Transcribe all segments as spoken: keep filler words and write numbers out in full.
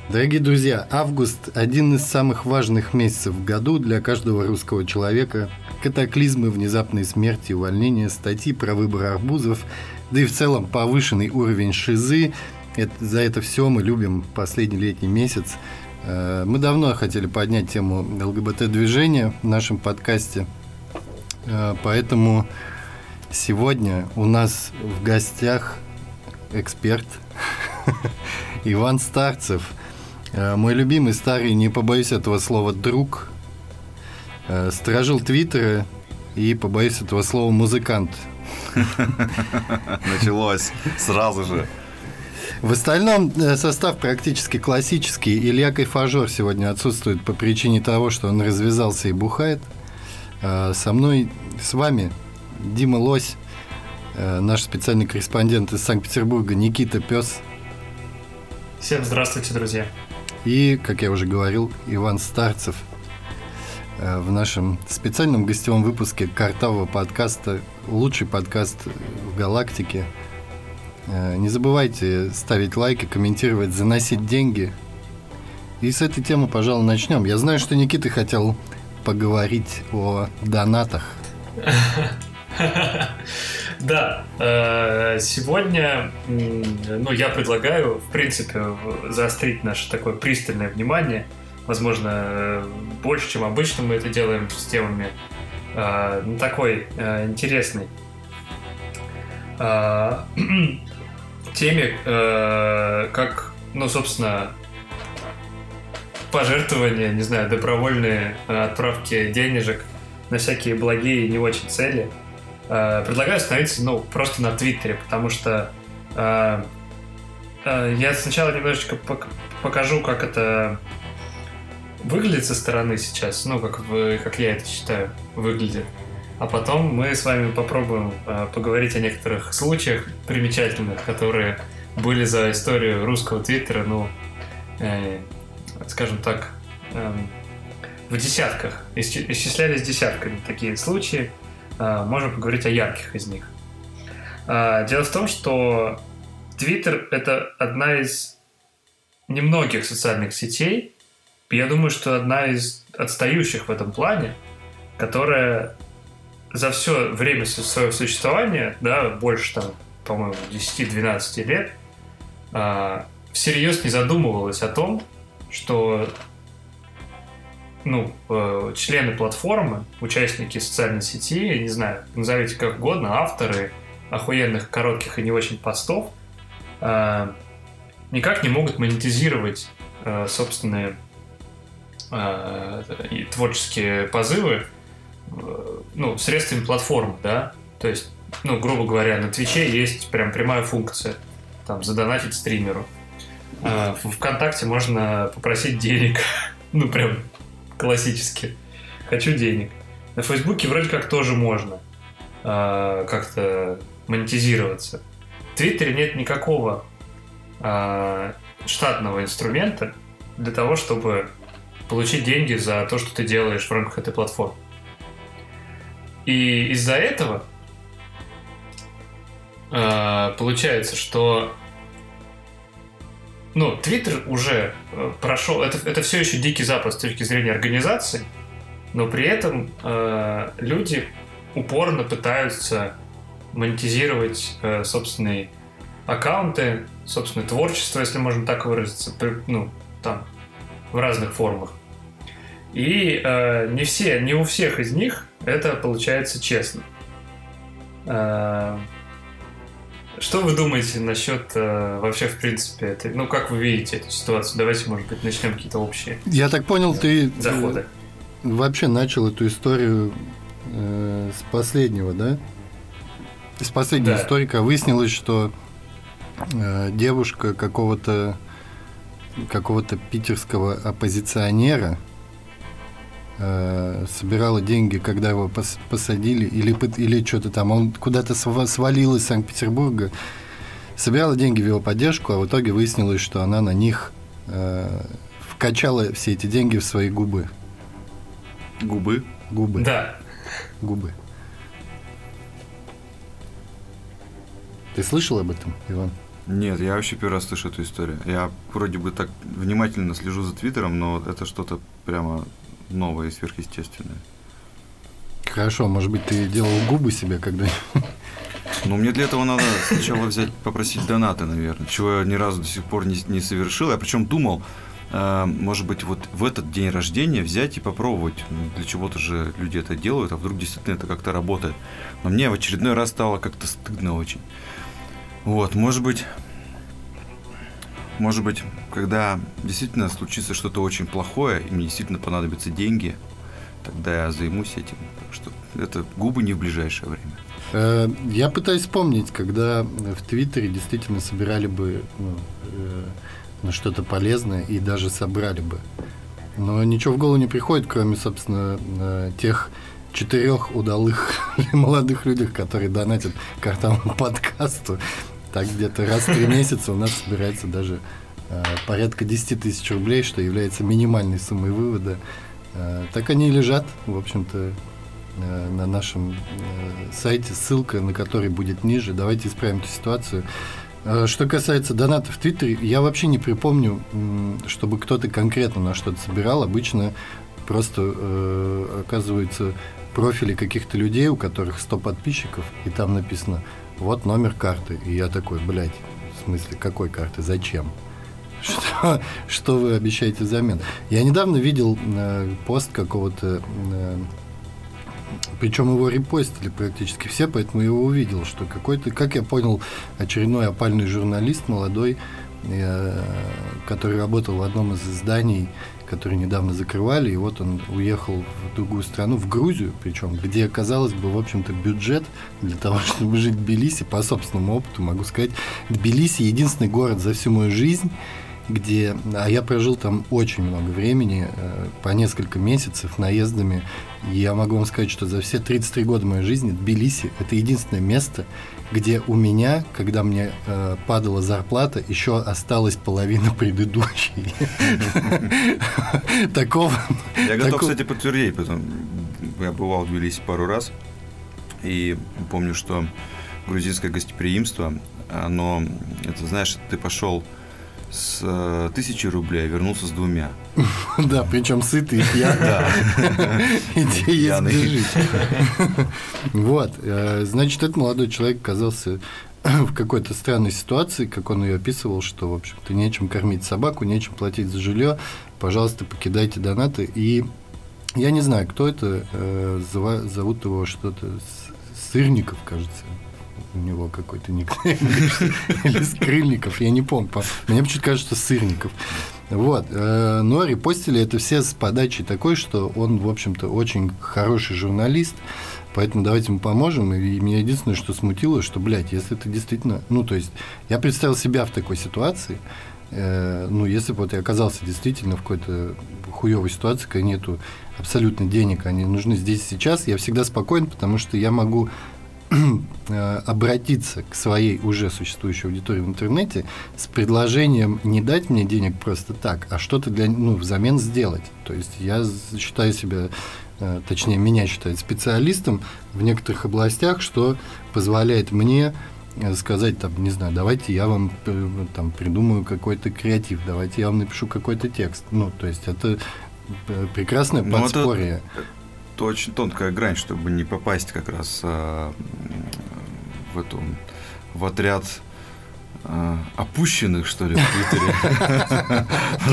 Дорогие друзья, август – один из самых важных месяцев в году для каждого русского человека. Катаклизмы, внезапные смерти, увольнения, статьи про выбор арбузов, да и в целом повышенный уровень шизы. Это, за это все мы любим последний летний месяц. Мы давно хотели поднять тему ЛГБТ-движения в нашем подкасте, поэтому сегодня у нас в гостях эксперт Иван Старцев, мой любимый старый, не побоюсь этого слова, друг, сторожил Твиттера и, побоюсь этого слова, музыкант. Началось сразу же. В остальном состав практически классический. Илья Кайфажор сегодня отсутствует по причине того, что он развязался и бухает. Со мной, с вами, Дима Лось, наш специальный корреспондент из Санкт-Петербурга Никита Пес. Всем здравствуйте, друзья. И, как я уже говорил, Иван Старцев в нашем специальном гостевом выпуске картавого подкаста, лучший подкаст в галактике. Не забывайте ставить лайки, комментировать, заносить деньги. И с этой темы, пожалуй, начнем. Я знаю, что Никита хотел поговорить о донатах. Да, сегодня, ну, я предлагаю, в принципе, заострить наше такое пристальное внимание. Возможно, больше, чем обычно мы это делаем с темами, ну, такой интересной теме, как, ну, собственно, пожертвования, не знаю, добровольные отправки денежек на всякие благие и не очень цели. Предлагаю остановиться, ну, просто на Твиттере, потому что э, э, я сначала немножечко пок- покажу, как это выглядит со стороны сейчас, ну, как, вы, как я это считаю, выглядит. А потом мы с вами попробуем э, поговорить о некоторых случаях примечательных, которые были за историю русского Твиттера, ну, э, скажем так, э, в десятках, исч- исчислялись десятками такие случаи. Можем поговорить о ярких из них. Дело в том, что Twitter — это одна из немногих социальных сетей, я думаю, что одна из отстающих в этом плане, которая за все время своего существования, да, больше, там, по-моему, десять-двенадцать лет, всерьез не задумывалась о том, что ну, э, члены платформы, участники социальной сети, я не знаю, назовите как угодно, авторы охуенных коротких и не очень постов, э, никак не могут монетизировать э, собственные э, творческие позывы э, ну, средствами платформы, да, то есть, ну, грубо говоря, на Твиче есть прям прямая функция, там, задонатить стримеру. Э, в ВКонтакте можно попросить денег, ну, прям классически. Хочу денег. На Фейсбуке вроде как тоже можно э, как-то монетизироваться. В Твиттере нет никакого э, штатного инструмента для того, чтобы получить деньги за то, что ты делаешь в рамках этой платформы. И из-за этого э, получается, что ну, Твиттер уже прошел, это, это все еще дикий запад с точки зрения организации, но при этом э, люди упорно пытаются монетизировать э, собственные аккаунты, собственное творчество, если можно так выразиться, ну, там, в разных формах. И э, не все, не у всех из них это получается честно. Э, Что вы думаете насчет э, вообще, в принципе, этой, ну, как вы видите эту ситуацию? Давайте, может быть, начнем какие-то общие Я так понял, ты заходы. Вообще начал эту историю э, с последнего, да? С последней да. истории выяснилось, что э, девушка какого-то какого-то питерского оппозиционера э, собирала деньги, когда его пос- посадили, или, или что-то там, он куда-то свалил из Санкт-Петербурга, собирала деньги в его поддержку, а в итоге выяснилось, что она на них э, вкачала все эти деньги в свои губы. Губы? Губы. Да. Губы. Ты слышал об этом, Иван? Нет, я вообще первый раз слышу эту историю. Я вроде бы так внимательно слежу за Твиттером, но это что-то прямо новое и сверхъестественное. Хорошо, может быть, ты делал губы себе когда-нибудь? Ну, мне для этого надо сначала взять, попросить донаты, наверное, чего я ни разу до сих пор не, не совершил. Я причем думал, э, может быть, вот в этот день рождения взять и попробовать. Для чего-то же люди это делают, а вдруг действительно это как-то работает. Но мне в очередной раз стало как-то стыдно очень. Вот, может быть, может быть, когда действительно случится что-то очень плохое, и мне действительно понадобятся деньги, тогда я займусь этим. Так что это губы не в ближайшее время. Я пытаюсь вспомнить, когда в Твиттере действительно собирали бы ну, ну, что-то полезное и даже собрали бы. Но ничего в голову не приходит, кроме, собственно, тех четырех удалых молодых людей, которые донатят к каждому подкасту. Так где-то раз в три месяца у нас собирается даже э, порядка десять тысяч рублей, что является минимальной суммой вывода. Э, так они и лежат, в общем-то, э, на нашем э, сайте, ссылка на который будет ниже. Давайте исправим эту ситуацию. Э, что касается донатов в Твиттере, я вообще не припомню, э, чтобы кто-то конкретно на что-то собирал. Обычно просто э, оказываются профили каких-то людей, у которых сто подписчиков, и там написано «Вот номер карты». И я такой, блядь, в смысле, какой карты? Зачем? Что, что вы обещаете взамен? Я недавно видел э, пост какого-то, э, причем его репостили практически все, поэтому я его увидел, что какой-то, как я понял, очередной опальный журналист молодой, э, который работал в одном из изданий, которые недавно закрывали, и вот он уехал в другую страну, в Грузию, причем, где, казалось бы, в общем-то, бюджет для того, чтобы жить в Тбилиси, по собственному опыту могу сказать, Тбилиси — единственный город за всю мою жизнь, где, а я прожил там очень много времени, по несколько месяцев наездами, и я могу вам сказать, что за все тридцать три года моей жизни Тбилиси — это единственное место, где у меня, когда мне э, падала зарплата, еще осталась половина предыдущей. Такого... Я готов, кстати, подтвердить, потому я бывал в Тбилиси пару раз, и помню, что грузинское гостеприимство, оно, это, знаешь, ты пошел с э, тысячи рублей, а вернулся с двумя. Да, причем сытый и пьяный. Идея есть где жить. Вот, значит, этот молодой человек оказался в какой-то странной ситуации, как он ее описывал, что, в общем-то, нечем кормить собаку, нечем платить за жилье, пожалуйста, покидайте донаты. И я не знаю, кто это, зовут его что-то, Сырников, кажется. У него какой-то никнейм или Скрыльников, я не помню. Мне почему-то кажется, что Сырников. Вот. Но репостили это все с подачей такой, что он, в общем-то, очень хороший журналист, поэтому давайте ему поможем. И меня единственное, что смутило, что, блядь, если ты действительно... Ну, то есть, я представил себя в такой ситуации, ну, если бы вот я оказался действительно в какой-то хуёвой ситуации, когда нету абсолютно денег, они нужны здесь и сейчас, я всегда спокоен, потому что я могу обратиться к своей уже существующей аудитории в интернете с предложением не дать мне денег просто так, а что-то для, ну, взамен сделать. То есть я считаю себя, точнее, меня считают специалистом в некоторых областях, что позволяет мне сказать, там, не знаю, давайте я вам там придумаю какой-то креатив, давайте я вам напишу какой-то текст. Ну, то есть это прекрасное Но подспорье. Это... Это очень тонкая грань, чтобы не попасть как раз а, в эту в отряд а, опущенных, что ли, в Твиттере.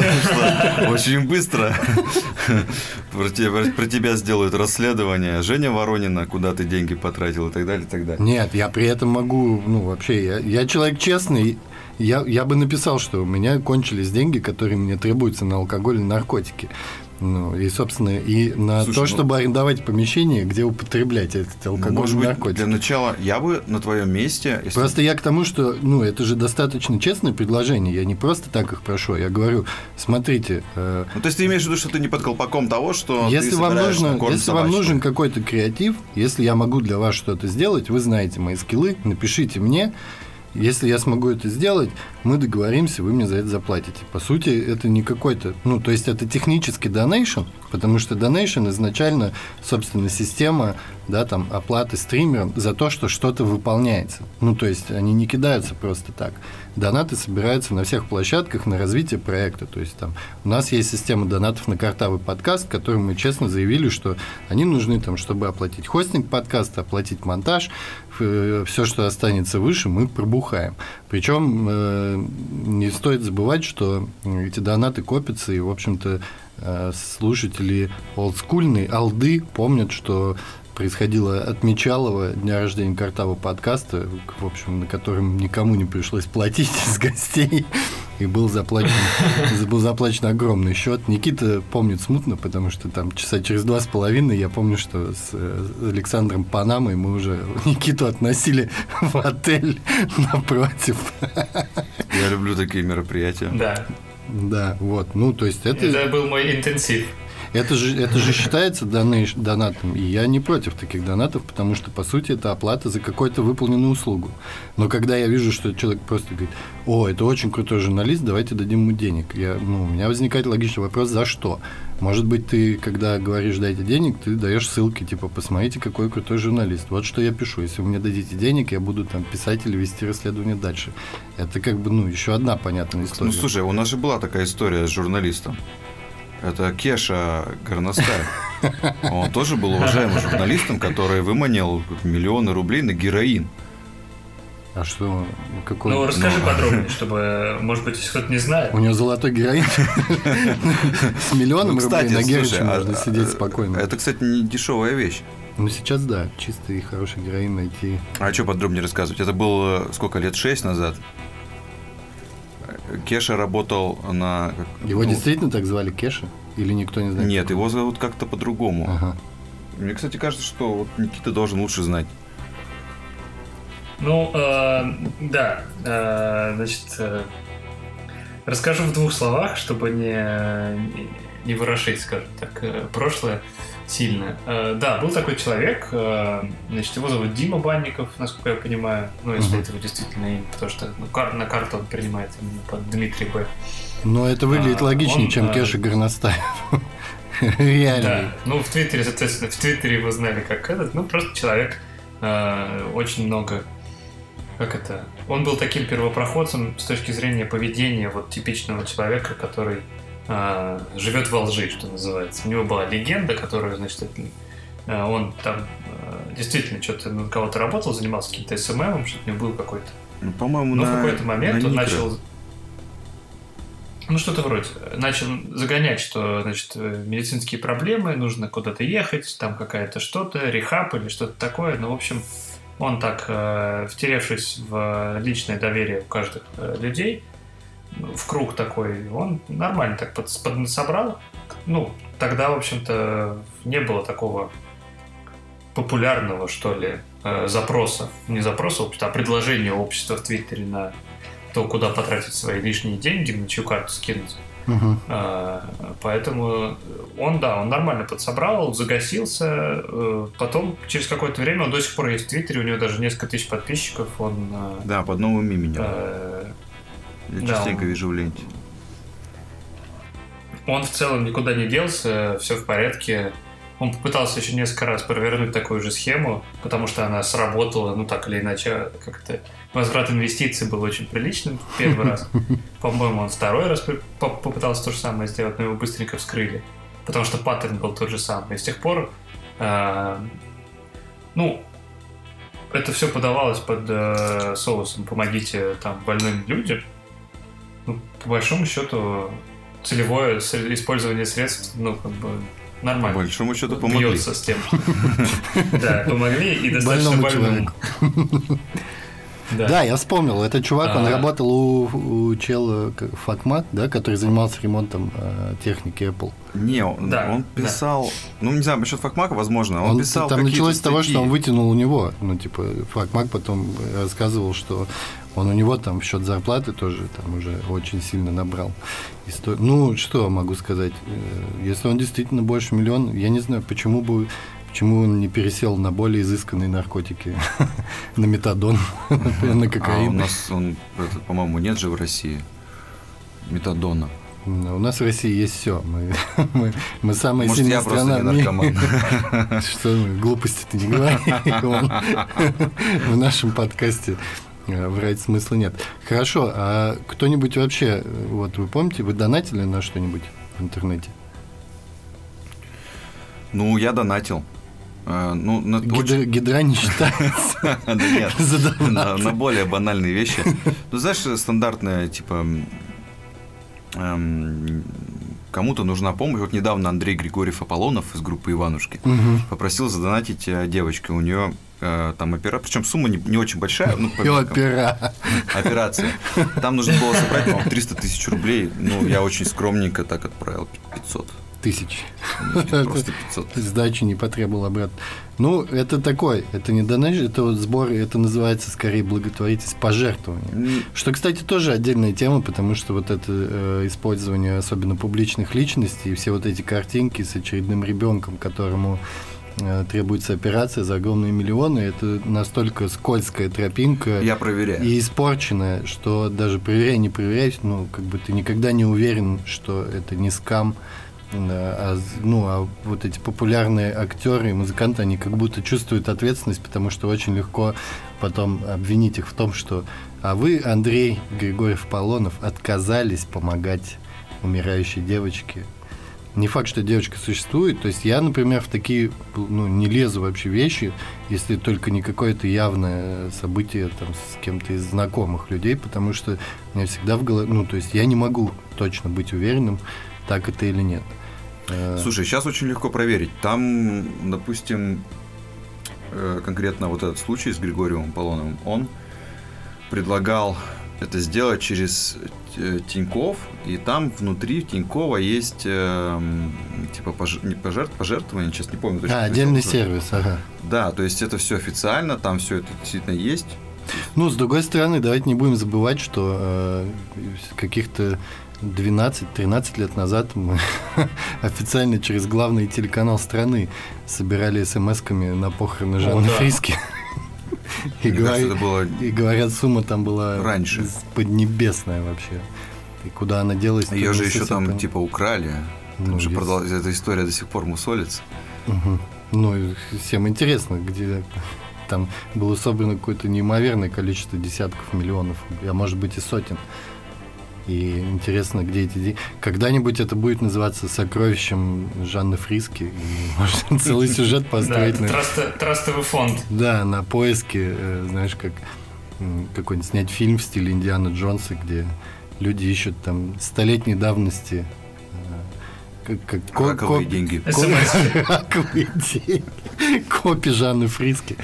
Очень быстро про тебя сделают расследование. Женя Воронина, куда ты деньги потратил и так далее, и так далее. Нет, я при этом могу, ну, вообще, я человек честный. Я, я бы написал, что у меня кончились деньги, которые мне требуются на алкоголь и наркотики. Ну, и, собственно, и на Слушай, то, чтобы ну, арендовать помещение, где употреблять этот алкоголь может и быть, наркотики. Для начала я бы на твоем месте... Если... Просто я к тому, что, ну, это же достаточно честное предложение. Я не просто так их прошу. Я говорю, смотрите... Э... Ну, то есть ты имеешь в виду, что ты не под колпаком того, что если ты вам нужно, Если собачку. Вам нужен какой-то креатив, если я могу для вас что-то сделать, вы знаете мои скиллы, напишите мне. Если я смогу это сделать, мы договоримся, вы мне за это заплатите. По сути, это не какой-то... Ну, то есть, это технический донейшн, Потому что Donation изначально, собственно, система, да, там, оплаты стримерам за то, что что-то выполняется. Ну, то есть они не кидаются просто так. Донаты собираются на всех площадках на развитие проекта. То есть там у нас есть система донатов на Картавый подкаст, которым мы честно заявили, что они нужны, там, чтобы оплатить хостинг подкаста, оплатить монтаж, все, что останется выше, мы пробухаем. Причем э, не стоит забывать, что эти донаты копятся, и, в общем-то, э, слушатели олдскульные, алды помнят, что происходило от Мечалова дня рождения Картавого подкаста, в общем, на котором никому не пришлось платить из гостей, и был заплачен, был заплачен огромный счет. Никита помнит смутно, потому что там часа через два с половиной я помню, что с Александром Панамой мы уже Никиту относили в отель напротив. Я люблю такие мероприятия. Да. Да, вот. Ну, то есть это... Это был мой интенсив. Это же, это же считается донейш, донатом, и я не против таких донатов, потому что, по сути, это оплата за какую-то выполненную услугу. Но когда я вижу, что человек просто говорит: о, это очень крутой журналист, давайте дадим ему денег, я, ну, у меня возникает логичный вопрос: за что? Может быть, ты, когда говоришь «дайте денег», ты даешь ссылки, типа: посмотрите, какой крутой журналист. Вот что я пишу. Если вы мне дадите денег, я буду там писать или вести расследование дальше. Это как бы, ну, еще одна понятная история. Ну, слушай, у нас же была такая история с журналистом. Это Кеша Горностаев. Он тоже был уважаемым журналистом, который выманил миллионы рублей на героин. А что? Какой? Ну, расскажи Ну. подробнее, чтобы, может быть, если кто-то не знает. У него золотой героин с миллионом Ну, рублей кстати, на Герыче слушай, а- можно сидеть спокойно. Это, кстати, не дешевая вещь. Ну, сейчас да, чистый и хороший героин найти. А что подробнее рассказывать? Это было сколько, лет шесть назад? Кеша работал на... Его ну, действительно так звали Кеша? Или никто не знает? Нет, его зовут как-то по-другому. Ага. Мне, кстати, кажется, что вот Никита должен лучше знать. Ну, э, да, э, значит, э, расскажу в двух словах, чтобы не, не ворошить, скажем так, э, прошлое сильно. Э, да, был такой человек, э, значит, его зовут Дима Банников, насколько я понимаю, ну, если Мгм. это его действительно имя, потому что ну, кар- на карту он принимает именно под Дмитрий Б. Но это выглядит А, логичнее, он, чем а, Кеша Горностаев. Реально. Да, ну, в Твиттере, соответственно, в Твиттере его знали как этот, ну, просто человек э, очень много, как это, он был таким первопроходцем с точки зрения поведения вот типичного человека, который э, живет во лжи, что называется. У него была легенда, которую, значит, это, э, он там э, действительно что-то на кого-то работал, занимался каким-то эс эм эм, что-то у него был какой-то. Ну, по-моему, Но на, в какой-то момент на он Нитро. начал... Ну, что-то вроде. Начал загонять, что, значит, медицинские проблемы, нужно куда-то ехать, там какая-то что-то, рехаб или что-то такое. Ну, в общем, он так, э, втеревшись в личное доверие у каждых э, людей, в круг такой, он нормально так под, подсобрал. Ну, тогда, в общем-то, не было такого популярного, что ли, э, запроса. Не запроса общества, а предложения общества в Твиттере на то, куда потратить свои лишние деньги, на чью карту скинуть. Мгм. А, Поэтому он, да, он нормально подсобрал, загасился. э, Потом, через какое-то время, он до сих пор есть в Твиттере, у него даже несколько тысяч подписчиков. Он, э, Да, под новым именем. э, Я да, частенько он- вижу в ленте. он в целом никуда не делся, все в порядке. Он попытался еще несколько раз провернуть такую же схему, потому что она сработала, ну так или иначе, как-то возврат инвестиций был очень приличным в первый раз. По-моему, он второй раз по- попытался то же самое сделать, но его быстренько вскрыли, потому что паттерн был тот же самый. И с тех пор, э, ну, это все подавалось под э, соусом «помогите там больным людям». Ну, по большому счету, целевое с- использование средств, ну, как бы, По нормально. большому счету помогли. Бьется с тем, что... Да, помогли и достаточно Больному больному. человеку. Да, я вспомнил. Этот чувак, он А. работал у, у чела как, Факмат, да, который занимался ремонтом э, техники Apple. Не, он, Да, он да. писал, ну не знаю, насчет Факмака, возможно, он, Он- писал там какие-то началось с того, статьи. что он вытянул у него. Ну, типа, Факмак потом рассказывал, что он у него там в счет зарплаты тоже там уже очень сильно набрал. Истор- Ну, что могу сказать? Э, Если он действительно больше миллиона, я не знаю, почему бы почему он не пересел на более изысканные наркотики, на метадон, на А у кокаин. нас, он, это, по-моему, нет же в России метадона. У нас в России есть все. Мы, мы, мы самая Может, сильная я страна. просто не наркоман. Что глупости ты не говори. В нашем подкасте врать смысла нет. Хорошо, а кто-нибудь вообще, вот вы помните, вы донатили на что-нибудь в интернете? Ну, я донатил. Ну, на Гидра, гидра не считается. Да нет, на, на более банальные вещи. Ну, знаешь, стандартная, типа, эм, кому-то нужна помощь. Вот недавно Андрей Григорьев Аполлонов из группы Иванушки угу. попросил задонатить девочке. У нее э, там операция, причем сумма не, не очень большая. Ну, по опера. Операция. Там нужно было собрать, по-моему, триста тысяч рублей. Ну, я очень скромненько так отправил, пятьсот. Тысяч. Просто пятьсот. Сдачи не потребовал обратно. Ну, это такой, это не донейшн, это вот сбор, это называется скорее благотворительность, пожертвование. Mm. Что, кстати, тоже отдельная тема, потому что вот это э, использование особенно публичных личностей и все вот эти картинки с очередным ребенком, которому э, требуется операция за огромные миллионы, это настолько скользкая тропинка. Я проверяю. И испорченная, что даже проверяй, не проверяй, ну, как бы ты никогда не уверен, что это не скам. А, ну, а вот эти популярные актеры и музыканты, они как будто чувствуют ответственность, потому что очень легко потом обвинить их в том, что а вы, Андрей Григорьев Аполлонов, отказались помогать умирающей девочке. Не факт, что девочка существует. То есть я, например, в такие, ну, не лезу вообще вещи, если только не какое-то явное событие там, с кем-то из знакомых людей, потому что у меня всегда в голове, ну, то есть я не могу точно быть уверенным, так это или нет. Слушай, сейчас очень легко проверить. Там, допустим, конкретно вот этот случай с Григорием Аполлоновым, он предлагал это сделать через Тинькофф, и там внутри Тинькова есть типа пожертв, пожертвование, сейчас не помню точно. А, отдельный сервис, ага. Да, то есть это все официально, там все это действительно есть. Ну, с другой стороны, давайте не будем забывать, что э, каких-то двенадцать-тринадцать лет назад мы официально через главный телеканал страны собирали смс-ками на похороны Жанны да. Фриске. И, говор... кажется, было... и говорят, сумма там была раньше поднебесная вообще. И куда она делась? Ее же еще там пон... типа украли. Там ну, же есть... продолж... Эта история до сих пор мусолится. Угу. Ну, всем интересно, где там было собрано какое-то неимоверное количество десятков миллионов, а может быть и сотен. И интересно, где эти деньги. Когда-нибудь это будет называться «Сокровищем Жанны Фриске». И можно целый сюжет построить. Да, на... Трастовый фонд. Да, на поиске, знаешь, как какой-нибудь снять фильм в стиле Индиана Джонса, где люди ищут там столетней давности как, как, раковые ко- деньги. Ко- раковые деньги. Копии Жанны Фриске.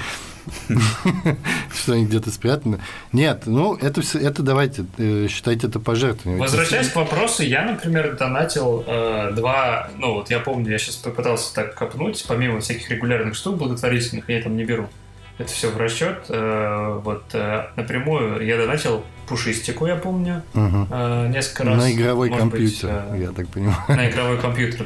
Что они где-то спрятаны. Нет, ну, это все, это давайте считайте это пожертвованием. Возвращаясь к вопросу, я, например, донатил э, два, ну, вот я помню, я сейчас попытался так копнуть, помимо всяких регулярных штук благотворительных, я там не беру. Это все в расчет. Э, вот э, напрямую я донатил Пушистику, я помню, угу. э, несколько раз. На игровой компьютер, быть, э, я так понимаю. На игровой компьютер,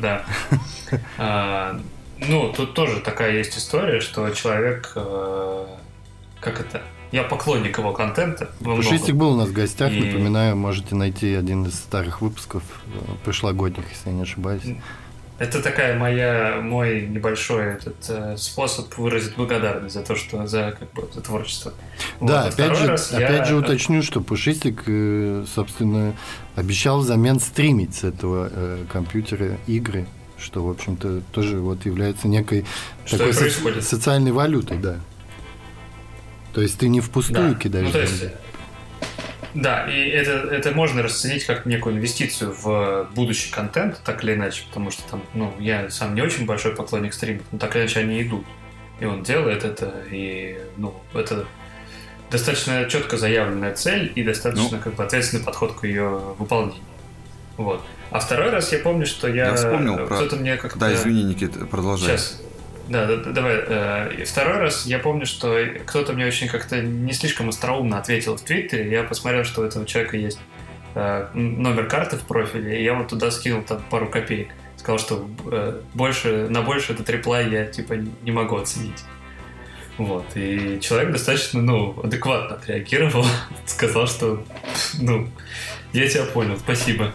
да. Ну, тут тоже такая есть история, что человек, э, как это, я поклонник его контента. Пушистик был у нас в гостях, и... напоминаю, можете найти один из старых выпусков, прошлогодних, если я не ошибаюсь. Это такая моя, мой небольшой этот, э, способ выразить благодарность за то, что за, как бы, за творчество. Да, вот. опять, же, раз опять я... же уточню, что Пушистик, э, собственно, обещал взамен стримить с этого э, компьютера игры, что, в общем-то, тоже вот является некой что такой со- социальной валютой, да. То есть ты не впустую да. кидаешь ну, то есть, деньги. Да, и это, это можно расценить как некую инвестицию в будущий контент, так или иначе, потому что там, ну, я сам не очень большой поклонник стримов, но так или иначе они идут. И он делает это, и, ну, это достаточно четко заявленная цель и достаточно ну, как бы ответственный подход к ее выполнению. Вот. А второй раз я помню, что я... Я вспомнил кто-то про... мне как-то... Да, извини, Никита, продолжай. Сейчас. Да, да, давай. Э, второй раз я помню, что кто-то мне очень как-то не слишком остроумно ответил в Твиттере. Я посмотрел, что у этого человека есть э, номер карты в профиле, и я вот туда скинул там пару копеек. Сказал, что э, больше, на больше этот реплай я типа не могу оценить. Вот. И человек достаточно, ну, адекватно отреагировал. Сказал, что, ну, я тебя понял, спасибо.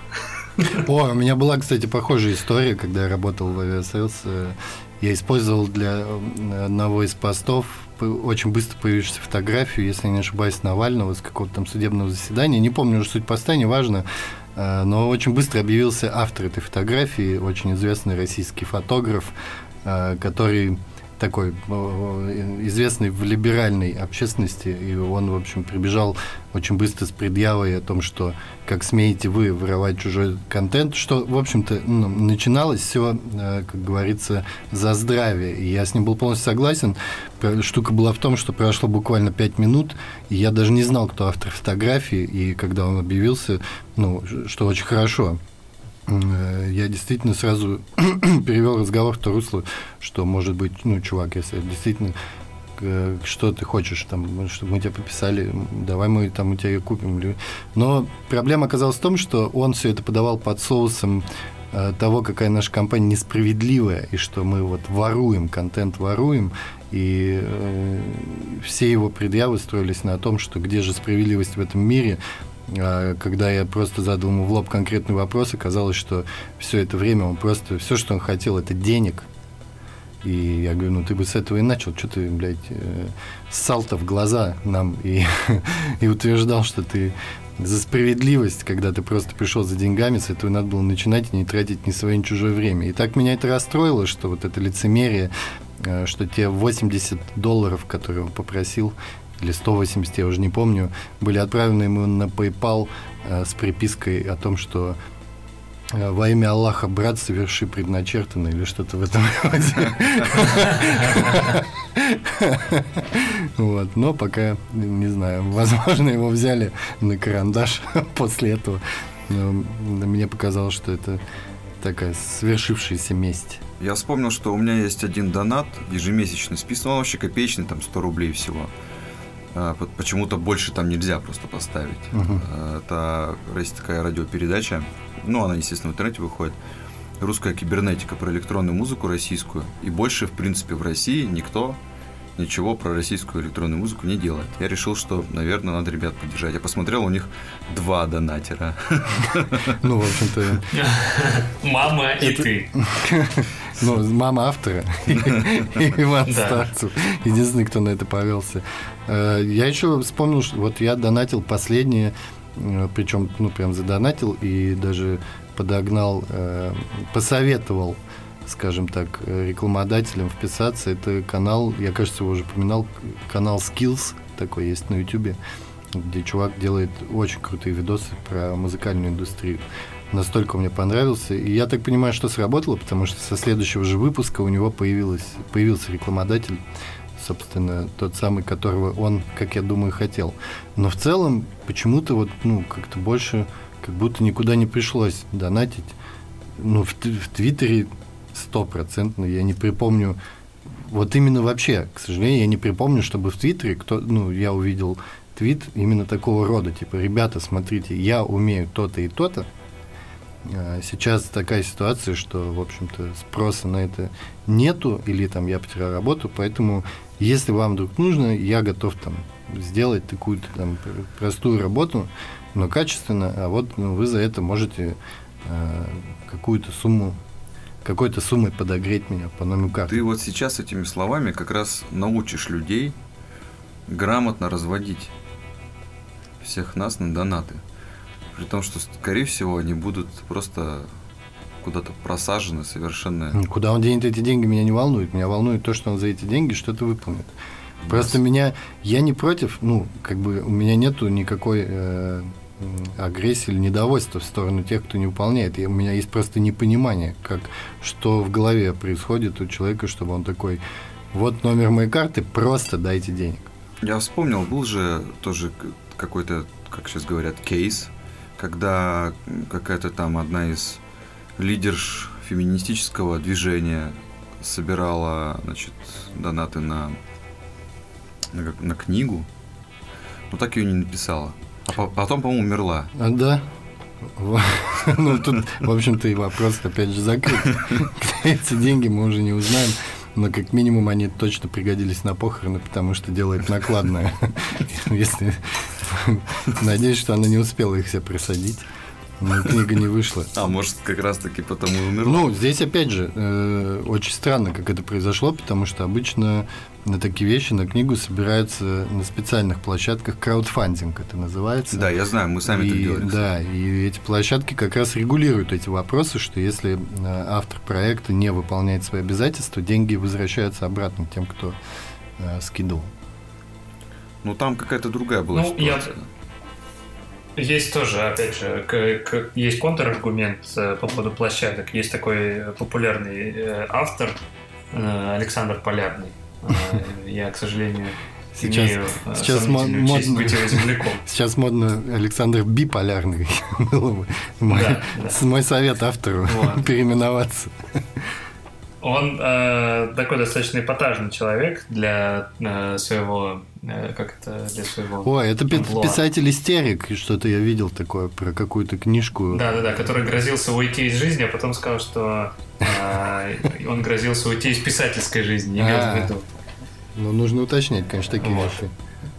О, у меня была, кстати, похожая история, когда я работал в Aviasales. Я использовал для одного из постов очень быстро появившуюся фотографию, если я не ошибаюсь, Навального с какого-то там судебного заседания. Не помню уже суть поста, неважно. Но очень быстро объявился автор этой фотографии, очень известный российский фотограф, который такой известный в либеральной общественности, и он, в общем, прибежал очень быстро с предъявой о том, что как смеете вы воровать чужой контент, что, в общем-то, ну, начиналось все, как говорится, за здравие, и я с ним был полностью согласен. Штука была в том, что прошло буквально пять минут, и я даже не знал, кто автор фотографии, и когда он объявился, ну, что очень хорошо, я действительно сразу перевел разговор в то русло, что, может быть, ну, чувак, если действительно что ты хочешь, там, чтобы мы тебя подписали, давай мы там у тебя ее купим. Но проблема оказалась в том, что он все это подавал под соусом того, какая наша компания несправедливая, и что мы вот воруем, контент воруем, и э, все его предъявы строились на том, что где же справедливость в этом мире. Когда я просто задал ему в лоб конкретный вопрос, оказалось, что все это время он просто, все, что он хотел, это денег. И я говорю, ну ты бы с этого и начал, что ты, блядь, ссал-то в глаза нам и, и утверждал, что ты за справедливость, когда ты просто пришел за деньгами, с этого надо было начинать и не тратить ни свое, ни чужое время. И так меня это расстроило, что вот это лицемерие, что те восемьдесят долларов, которые он попросил, или сто восемьдесят, я уже не помню, были отправлены ему на PayPal э, с припиской о том, что э, во имя Аллаха, брат, соверши предначертанное, или что-то в этом роде. Вот, но пока, не знаю, возможно, его взяли на карандаш после этого. Но мне показалось, что это такая свершившаяся месть. Я вспомнил, что у меня есть один донат ежемесячный списан, он вообще копеечный, там сто рублей всего. Почему-то больше там нельзя просто поставить. Uh-huh. Это есть такая радиопередача, ну, она, естественно, в интернете выходит, «Русская кибернетика», про электронную музыку российскую. И больше, в принципе, в России никто ничего про российскую электронную музыку не делает. Я решил, что, наверное, надо ребят поддержать. Я посмотрел, у них два донатера. Ну, в общем-то... Мама и ты. Ну, мама автора и Иван Старцев. Единственный, кто на это повелся. Я еще вспомнил, что вот я донатил последнее, причем, ну, прям задонатил и даже подогнал, посоветовал, скажем так, рекламодателям вписаться. Это канал, я, кажется, его уже упоминал, канал Skills, такой есть на YouTube, где чувак делает очень крутые видосы про музыкальную индустрию. Настолько мне понравился. И я так понимаю, что сработало, потому что со следующего же выпуска у него появилось, появился рекламодатель, собственно, тот самый, которого он, как я думаю, хотел. Но в целом почему-то вот, ну, как-то больше, как будто никуда не пришлось донатить. Ну, в, в Твиттере стопроцентно я не припомню, вот именно вообще, к сожалению, я не припомню, чтобы в Твиттере кто, ну, я увидел твит именно такого рода, типа, ребята, смотрите, я умею то-то и то-то. Сейчас такая ситуация, что, в общем-то, спроса на это нету, или там я потерял работу, поэтому, если вам вдруг нужно, я готов там сделать такую-то там простую работу, но качественно, а вот, ну, вы за это можете э, какую-то сумму, какой-то суммой подогреть меня по номеру карты. Ты вот сейчас этими словами как раз научишь людей грамотно разводить всех нас на донаты. При том, что, скорее всего, они будут просто куда-то просажены совершенно. Куда он денет эти деньги, меня не волнует. Меня волнует то, что он за эти деньги что-то выполнит. Просто yes. меня... Я не против, ну, как бы у меня нету никакой э, агрессии или недовольства в сторону тех, кто не выполняет. И у меня есть просто непонимание, как, что в голове происходит у человека, чтобы он такой, вот номер моей карты, просто дайте денег. Я вспомнил, был же тоже какой-то, как сейчас говорят, кейс, когда какая-то там одна из лидерш феминистического движения собирала, значит, донаты на, на, на книгу, но так ее не написала. А по, потом, по-моему, умерла. А, да. Ну, тут, в общем-то, и вопрос, опять же, закрыт. Эти деньги мы уже не узнаем. Но как минимум они точно пригодились на похороны, потому что делает накладная. Если... Надеюсь, что она не успела их все присадить. но книга не вышла. А может, как раз-таки потому и умерла? Ну, здесь, опять же, э, очень странно, как это произошло, потому что обычно на такие вещи, на книгу собираются на специальных площадках, краудфандинг это называется. Да, я знаю, мы сами и, так делали. Да, и эти площадки как раз регулируют эти вопросы, что если автор проекта не выполняет свои обязательства, деньги возвращаются обратно тем, кто э, скидывал. Ну, там какая-то другая была ну, ситуация. Я... Есть тоже, опять же, к, к, есть контраргумент э, по поводу площадок. Есть такой популярный э, автор э, Александр Полярный. Э, я, к сожалению, сейчас, имею сейчас сомнительную мод, честь модно, быть его земляком. Сейчас модно Александр Биполярный. Было бы мой, да, да. мой совет автору вот. переименоваться. Он э, такой достаточно эпатажный человек для э, своего, э, как это, для своего... Ой, это амплуа. Писатель-истерик, что-то я видел такое про какую-то книжку. Да-да-да, который грозился уйти из жизни, а потом сказал, что э, он грозился уйти из писательской жизни, имел в виду. Ну, нужно уточнять, конечно, такие вот. вещи.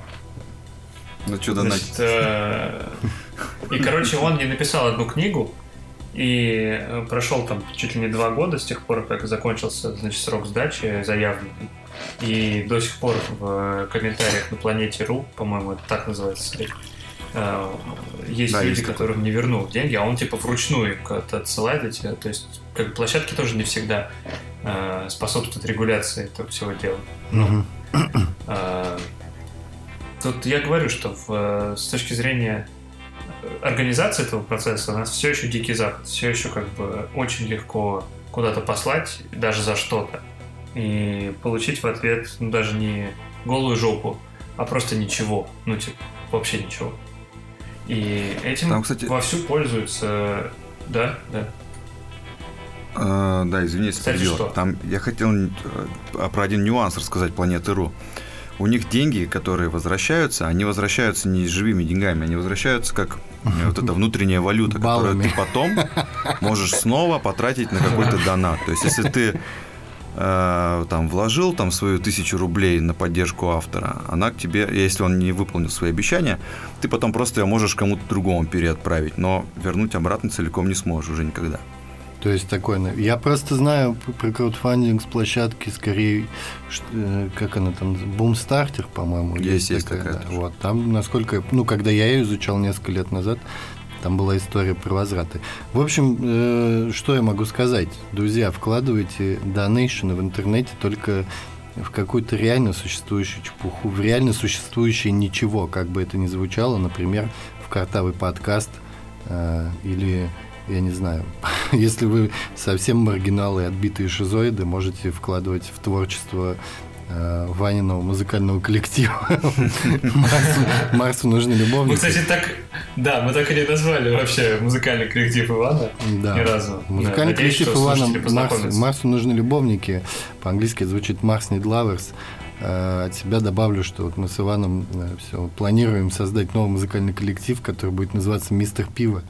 Ну, что донатить? Э, и, короче, он не написал одну книгу, и прошел там чуть ли не два года с тех пор, как закончился, значит, срок сдачи заявленный. И до сих пор в комментариях на Планете.ру, по-моему, это так называется, есть да, люди, есть которым такое. Не вернул деньги, а он типа вручную как-то отсылает эти. То есть как бы площадки тоже не всегда э, способствуют регуляции этого всего дела. Угу. Э, тут я говорю, что в, с точки зрения организации этого процесса у нас все еще дикий запад, все еще как бы очень легко куда-то послать, даже за что-то, и получить в ответ, ну, даже не голую жопу, а просто ничего, ну, типа, вообще ничего. И этим там, кстати... вовсю пользуются, да, да. А, да, извини, если перебил. Там я хотел про один нюанс рассказать Планеты.ру. У них деньги, которые возвращаются, они возвращаются не живыми деньгами, они возвращаются как вот эта внутренняя валюта, которую ты потом можешь снова потратить на какой-то донат. То есть, если ты э, там вложил там свою тысячу рублей на поддержку автора, она к тебе, если он не выполнил свои обещания, ты потом просто ее можешь кому-то другому переотправить, но вернуть обратно целиком не сможешь уже никогда. То есть такой... Я просто знаю про краудфандинг с площадки, скорее, как она там, Бумстартер, по-моему. Есть, есть такая. такая да. Вот, там, насколько... Ну, когда я ее изучал несколько лет назад, там была история про возвраты. В общем, э, что я могу сказать? Друзья, вкладывайте донейшены в интернете только в какую-то реально существующую чепуху, в реально существующее ничего, как бы это ни звучало, например, в картавый подкаст э, или... Я не знаю, если вы совсем маргиналы и отбитые шизоиды, можете вкладывать в творчество э, Ваниного музыкального коллектива. Марсу нужны любовники. Мы, кстати, так... Да, мы так и не назвали вообще музыкальный коллектив Ивана ни разу. Музыкальный коллектив Ивана Марсу нужны любовники. По-английски это звучит Mars Need Lovers. От себя добавлю, что вот мы с Иваном все планируем создать новый музыкальный коллектив, который будет называться «Мистер Пиво».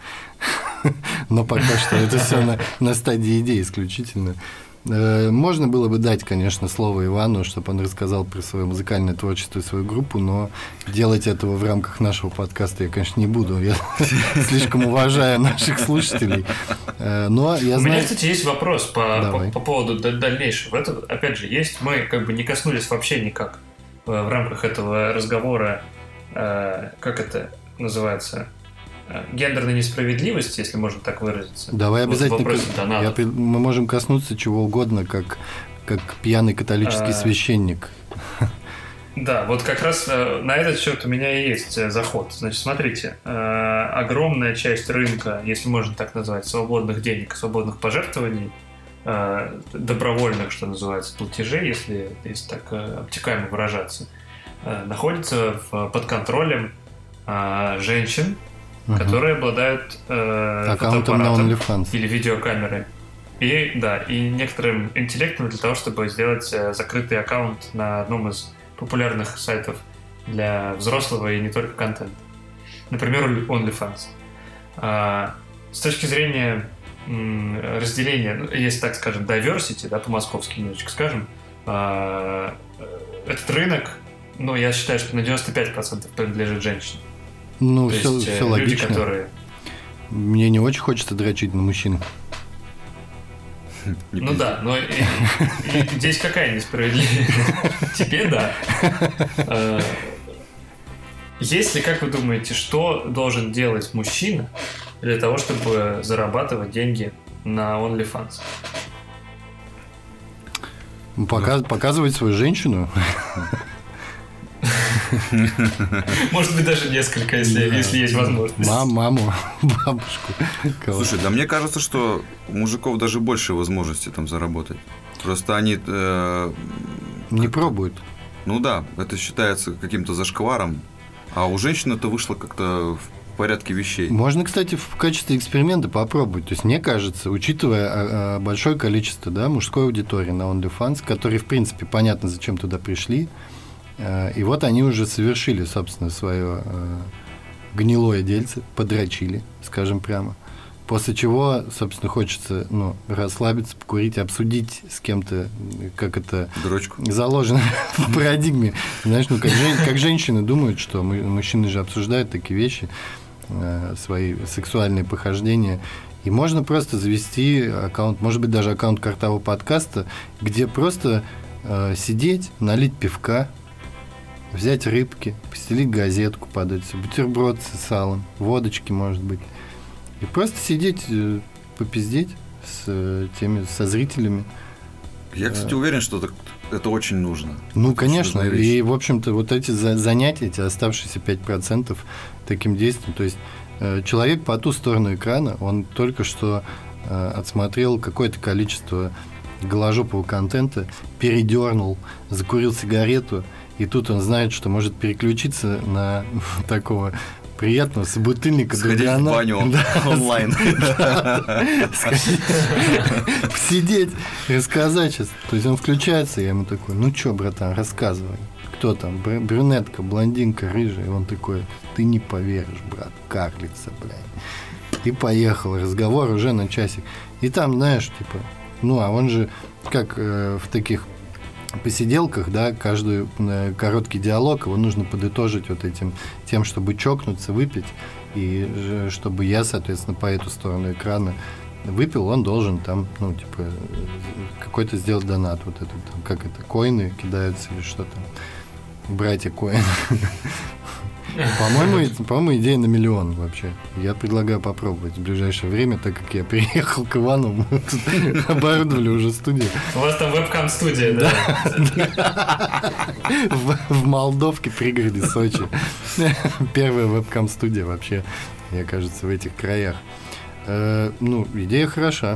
Но пока что это все на, на стадии идеи исключительно. Можно было бы дать, конечно, слово Ивану, чтобы он рассказал про свое музыкальное творчество и свою группу, но делать этого в рамках нашего подкаста я, конечно, не буду. Я слишком уважаю наших слушателей. Но я У знаю... меня, кстати, есть вопрос по, по, по поводу дальнейшего. Это, опять же, есть, мы как бы не коснулись вообще никак в рамках этого разговора, как это называется, гендерной несправедливости, если можно так выразиться. Давай вот обязательно. Я, мы можем коснуться чего угодно, как, как пьяный католический а... священник. Да, вот как раз на этот счет у меня и есть заход. Значит, смотрите, огромная часть рынка, если можно так назвать, свободных денег, свободных пожертвований, добровольных, что называется, платежей, если, если так обтекаемо выражаться, находится в, под контролем женщин, Uh-huh. которые обладают э, фотоаппаратом или видеокамерой. И, да, и некоторым интеллектом для того, чтобы сделать э, закрытый аккаунт на одном из популярных сайтов для взрослого и не только контента. Например, OnlyFans. А, с точки зрения м, разделения, ну, если так скажем, diversity, да, по-московски немножечко скажем, а, этот рынок, ну, я считаю, что на девяносто пять процентов принадлежит женщине. Ну, То все, есть, все люди, логично. которые... Мне не очень хочется дрочить на мужчин. Не ну да, но и, и, и здесь какая несправедливость? Тебе да. Если, как вы думаете, что должен делать мужчина для того, чтобы зарабатывать деньги на OnlyFans? Показ, показывать свою женщину. Может быть, даже несколько, если, да. если есть возможность. Мам, маму, бабушку. Слушай, да мне кажется, что у мужиков даже больше возможностей там заработать. Просто они... Э, не пробуют. Ну да, это считается каким-то зашкваром. А у женщин это вышло как-то в порядке вещей. Можно, кстати, в качестве эксперимента попробовать. То есть, мне кажется, учитывая большое количество да, мужской аудитории на OnlyFans, которые, в принципе, понятно, зачем туда пришли, и вот они уже совершили, собственно, свое гнилое дельце, подрочили, скажем прямо. После чего, собственно, хочется ну, расслабиться, покурить, обсудить с кем-то, как это Дрочку. Заложено в парадигме. Знаешь, ну как, жен, как женщины думают, что мы, мужчины же обсуждают такие вещи, э, свои сексуальные похождения. И можно просто завести аккаунт, может быть, даже аккаунт Картавого подкаста, где просто э, сидеть, налить пивка, взять рыбки, постелить газетку под это, бутерброд с салом, водочки, может быть. И просто сидеть, попиздеть с теми, со зрителями. Я, кстати, уверен, что это, это очень нужно. Ну, конечно. И, в общем-то, вот эти занятия, эти оставшиеся пять процентов таким действием, то есть человек по ту сторону экрана, он только что отсмотрел какое-то количество голожопого контента, передернул, закурил сигарету, и тут он знает, что может переключиться на такого... приятного собутыльника. Сходить в баню да. онлайн. Посидеть, рассказать сейчас. То есть он включается, я ему такой, ну что, братан, рассказывай. Кто там, брюнетка, блондинка, рыжая. И он такой, ты не поверишь, брат, карлица, блядь. И поехал, разговор уже на часик. И там, знаешь, типа, ну, а он же, как э, в таких посиделках, да, каждый короткий диалог его нужно подытожить вот этим тем, чтобы чокнуться, выпить, и чтобы я, соответственно, по эту сторону экрана выпил, он должен там, ну, типа, какой-то сделать донат, вот это, там, как это, коины кидаются или что там, братья коины. По-моему, по-моему, идея на миллион вообще. Я предлагаю попробовать в ближайшее время, так как я приехал к Ивану, мы тут оборудовали уже студию. У вас там вебкам-студия, да? В Молдовке, пригороде Сочи. Первая вебкам-студия вообще, мне кажется, в этих краях. Ну, идея хороша.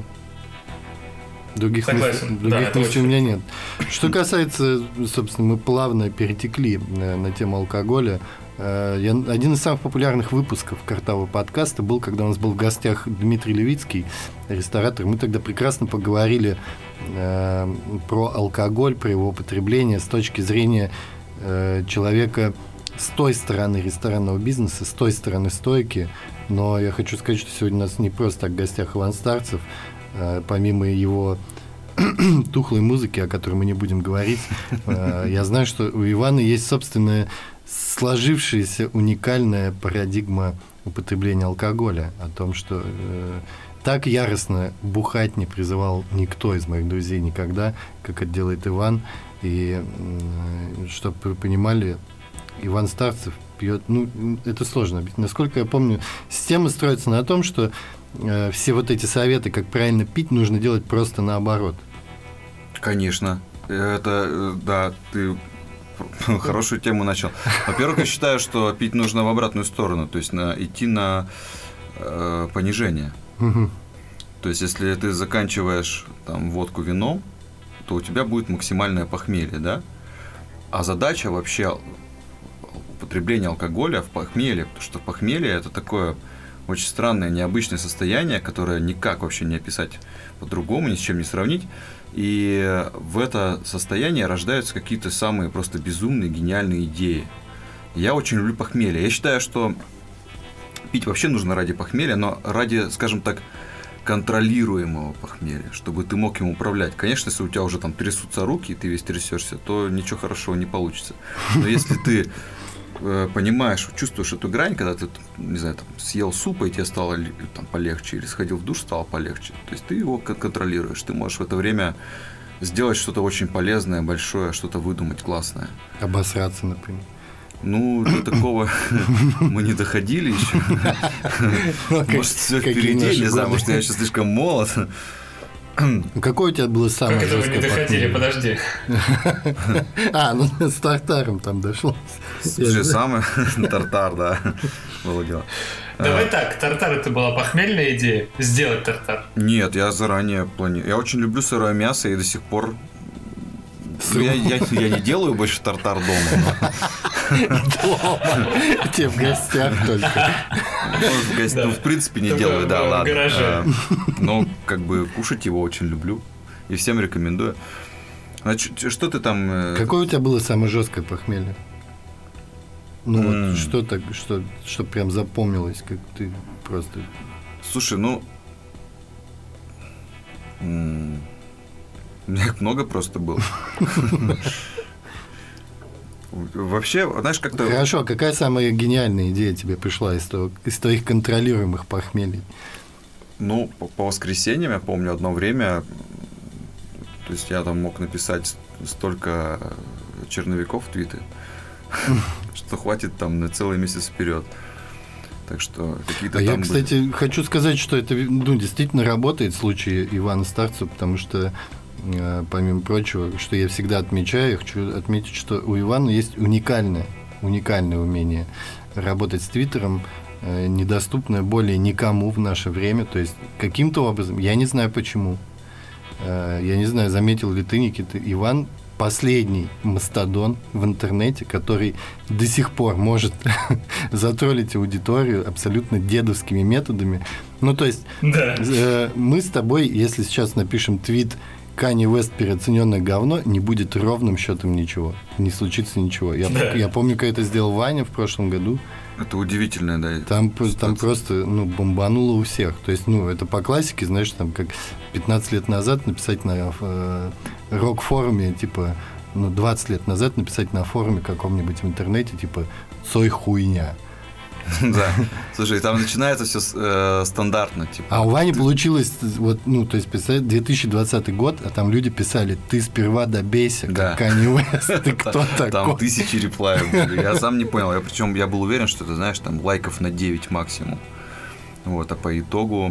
Других мыслей, других да, мыслей у меня нет. Что касается, собственно, мы плавно перетекли на, на тему алкоголя. Я, один из самых популярных выпусков Картавого подкаста был, когда у нас был в гостях Дмитрий Левицкий, ресторатор. Мы тогда прекрасно поговорили э, про алкоголь, про его употребление с точки зрения э, человека с той стороны ресторанного бизнеса, с той стороны стойки. Но я хочу сказать, что сегодня у нас не просто так в гостях Иван Старцев. Э, помимо его тухлой музыки, о которой мы не будем говорить, э, я знаю, что у Ивана есть собственная сложившаяся уникальная парадигма употребления алкоголя, о том, что э, так яростно бухать не призывал никто из моих друзей никогда, как это делает Иван. И э, чтобы вы понимали, Иван Старцев пьет, ну, это сложно. Насколько я помню, система строится на том, что э, все вот эти советы, как правильно пить, нужно делать просто наоборот. Конечно. Это, да, ты... Хорошую тему начал. Во-первых, я считаю, что пить нужно в обратную сторону, то есть на, идти на э, понижение. Угу. То есть, если ты заканчиваешь там, водку вином, то у тебя будет максимальное похмелье, да? А задача вообще употребления алкоголя в похмелье, потому что похмелье – это такое очень странное, необычное состояние, которое никак вообще не описать по-другому, ни с чем не сравнить. И в это состояние рождаются какие-то самые просто безумные, гениальные идеи. Я очень люблю похмелье. Я считаю, что пить вообще нужно ради похмелья, но ради, скажем так, контролируемого похмелья, чтобы ты мог им управлять. Конечно, если у тебя уже там трясутся руки, и ты весь трясешься, то ничего хорошего не получится. Но если ты э, понимаешь, чувствуешь эту грань, когда ты, не знаю, там, съел супа, и тебе стало там, полегче, или сходил в душ, стало полегче. То есть ты его контролируешь, ты можешь в это время сделать что-то очень полезное, большое, что-то выдумать классное. Обосраться, например. Ну, до такого мы не доходили еще. Может, все впереди, не знаю, может, я сейчас слишком молод. Какое у тебя было самое Как это вы не доходили, похмелье? подожди. А, ну с тартаром там дошло. Слушай, самый тартар, да, было дело. Давай так, тартар это была похмельная идея, сделать тартар. Нет, я заранее планирую. Я очень люблю сырое мясо и до сих пор... Ну, я, я, я не делаю больше тартар дома. Тебе в гостях только. Ну, в, гости, Да. ну, в принципе, не Только делаю, в- да, в ладно. гараже. А, но как бы кушать его очень люблю. И всем рекомендую. Значит, что ты там... э, Какое у тебя было самое жесткое похмелье? Ну М. вот что так, что, что прям запомнилось, как ты просто. Слушай, ну... м, У меня их много просто было. Вообще, знаешь, как-то... Хорошо, а какая самая гениальная идея тебе пришла из, того- из твоих контролируемых похмелий? Ну, по, по воскресеньям, я помню, одно время, то есть я там мог написать столько черновиков в твиты, что хватит там на целый месяц вперед. Так что какие-то А я, там были- кстати, хочу сказать, что это ну, действительно работает в случае Ивана Старцева, потому что, э, помимо прочего, что я всегда отмечаю, я хочу отметить, что у Ивана есть уникальное, уникальное умение работать с Твиттером, э, недоступное более никому в наше время. То есть каким-то образом, я не знаю почему, э, я не знаю, заметил ли ты, Никита, Иван последний мастодон в интернете, который до сих пор может затроллить аудиторию абсолютно дедовскими методами. Ну, то есть Да. э, мы с тобой, если сейчас напишем твит «Канье Уэст переоцененное говно», не будет ровным счетом ничего, не случится ничего. Я, Да. я помню, как это сделал Ваня в прошлом году. Это удивительно, да. Там, про- там ситуация. просто ну, бомбануло у всех. То есть, ну, это по классике, знаешь, там как пятнадцать лет назад написать на э, рок-форуме, типа, ну, двадцать лет назад написать на форуме каком-нибудь в интернете, типа, «Цой хуйня». Да. Слушай, там начинается все стандартно, типа. А у Вани получилось, вот, ну, то есть, представь, две тысячи двадцатый год, а там люди писали: «Ты сперва добейся, Да. как Канье Уэст, ты кто Там такой?» тысячи реплаев были. Я сам не понял. Я причем я был уверен, что это, знаешь, там лайков на девять максимум. Вот, а по итогу,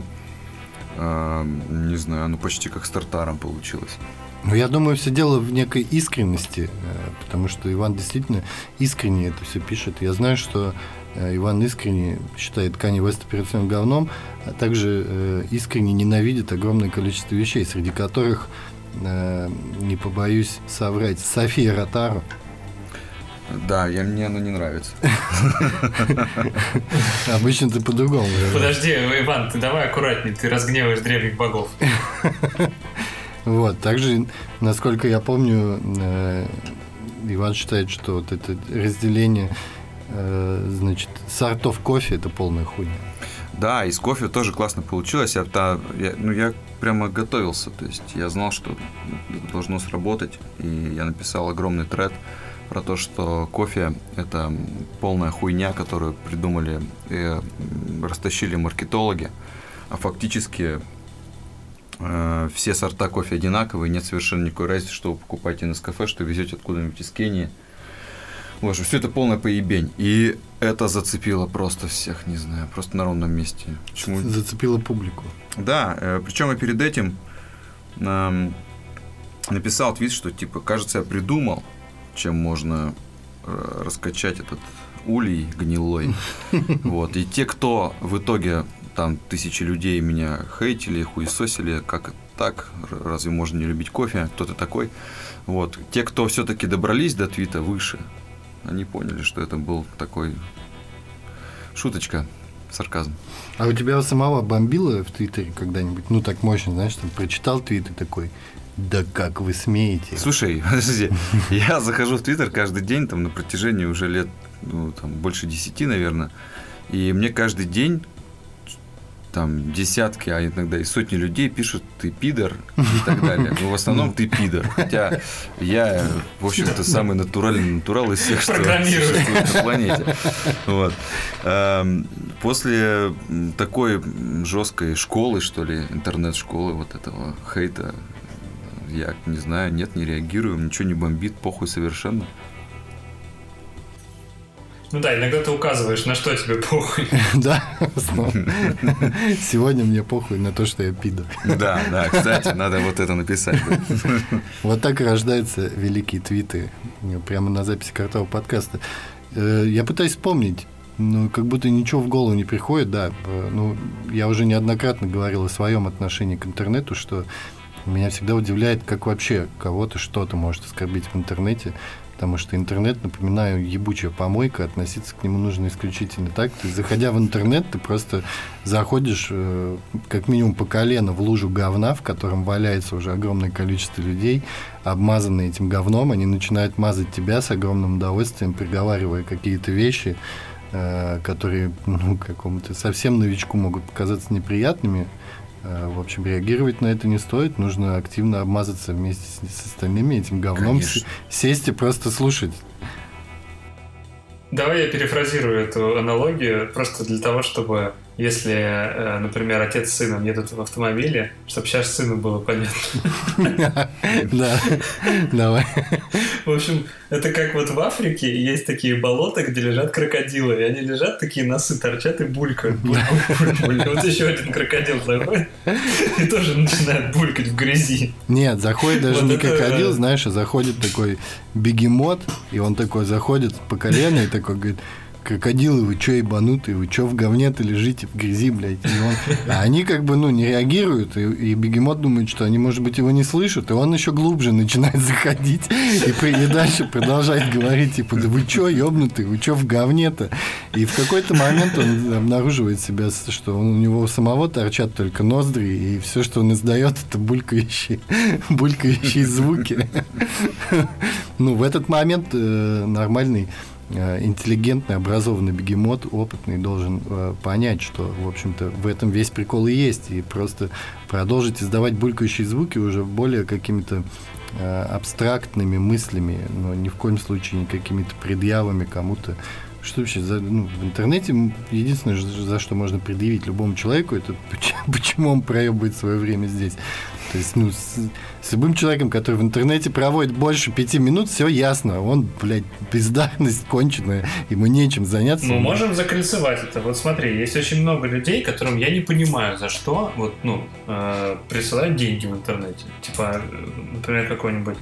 э, не знаю, ну почти как с тартаром получилось. Ну, я думаю, все дело в некой искренности, э, потому что Иван действительно искренне это все пишет. Я знаю, что э, Иван искренне считает Канье Уэста переоцененным говном, а также э, искренне ненавидит огромное количество вещей, среди которых, э, не побоюсь соврать, София Ротару. Да, я, мне оно не нравится. Обычно ты по-другому. говоришь. Подожди, Иван, ты давай аккуратнее, ты разгневаешь древних богов. Вот, также, насколько я помню, э, Иван считает, что вот это разделение, э, значит, сортов кофе – это полная хуйня. Да, и с кофе тоже классно получилось. Я, та- я- ну, я прямо готовился. То есть я знал, что это должно сработать. И я написал огромный тред про то, что кофе – это полная хуйня, которую придумали и м, растащили маркетологи. А фактически э, все сорта кофе одинаковые, нет совершенно никакой разницы, что вы покупаете на кафе, что везете откуда-нибудь из Кении. Вот, все это полная поебень. И это зацепило просто всех, не знаю, просто на ровном месте. Почему? Зацепило публику. Да, э, причем я перед этим эм, написал твит, что типа, кажется, я придумал, чем можно э, раскачать этот улей гнилой. Вот. И те, кто в итоге, там, тысячи людей меня хейтили, хуесосили, как это так, разве можно не любить кофе, кто ты такой. Вот. Те, кто все-таки добрались до твита выше, они поняли, что это был такой шуточка, сарказм. А у тебя самого бомбило в Твиттере когда-нибудь? Ну, так мощно, знаешь, там прочитал твит и такой: «Да как вы смеете?» Слушай, подожди, я захожу в Твиттер каждый день, там, на протяжении уже лет, ну, там, больше десяти, наверное, и мне каждый день там десятки, а иногда и сотни людей пишут «ты пидор» и так далее. Но в основном «ты пидор». Хотя я, в общем-то, самый натуральный натурал из всех, что существует на планете. Вот. После такой жесткой школы, что ли, интернет-школы, вот этого хейта, я не знаю, нет, не реагирую, ничего не бомбит, похуй совершенно. Ну да, иногда ты указываешь, на что тебе похуй. Да, сегодня мне похуй на то, что я пидор. Да, да, кстати, надо вот это написать. Вот так и рождаются великие твиты прямо на записи Картавого подкаста. Я пытаюсь вспомнить, ну, как будто ничего в голову не приходит, да. Ну, я уже неоднократно говорил о своем отношении к интернету, что меня всегда удивляет, как вообще кого-то что-то может оскорбить в интернете. Потому что интернет, напоминаю, ебучая помойка, относиться к нему нужно исключительно так. То есть, заходя в интернет, ты просто заходишь э, как минимум по колено в лужу говна, в котором валяется уже огромное количество людей, обмазанные этим говном. Они начинают мазать тебя с огромным удовольствием, приговаривая какие-то вещи, э, которые ну, какому-то совсем новичку могут показаться неприятными. В общем, реагировать на это не стоит. Нужно активно обмазаться вместе с, с остальными этим говном, с, сесть и просто слушать. Давай я перефразирую эту аналогию, просто для того, чтобы, если, например, отец с сыном едут в автомобиле, чтобы сейчас сыну было понятно. Да, давай. В общем, это как вот в Африке есть такие болота, где лежат крокодилы, и они лежат, такие носы торчат и булькают. Вот еще один крокодил заходит и тоже начинает булькать в грязи. Нет, заходит даже не крокодил, знаешь, а заходит такой бегемот, и он такой заходит по колено и такой говорит: крокодилы, вы чё ебанутые, вы чё в говне-то лежите, в грязи, блядь. И он... А они как бы, ну, не реагируют, и, и бегемот думает, что они, может быть, его не слышат, и он еще глубже начинает заходить и, и дальше продолжает говорить, типа, да вы чё, ёбнутые, вы чё в говне-то? И в какой-то момент он обнаруживает себя, что он, у него самого торчат только ноздри, и все, что он издает, это булькающие, булькающие звуки. Ну, в этот момент нормальный интеллигентный, образованный бегемот, опытный, должен э, понять, что, в общем-то, в этом весь прикол и есть, и просто продолжить издавать булькающие звуки уже более какими-то э, абстрактными мыслями, но ни в коем случае не какими-то предъявами кому-то. Что вообще, за, ну, в интернете единственное, за что можно предъявить любому человеку, это почему он проебывает свое время здесь. То есть, ну, с, с любым человеком, который в интернете проводит больше пяти минут, все ясно. Он, блядь, бездарность конченая, ему нечем заняться. Мы можем закольцевать это. Вот смотри, есть очень много людей, которым я не понимаю, за что вот, ну, э, присылают деньги в интернете. Типа, например, какой-нибудь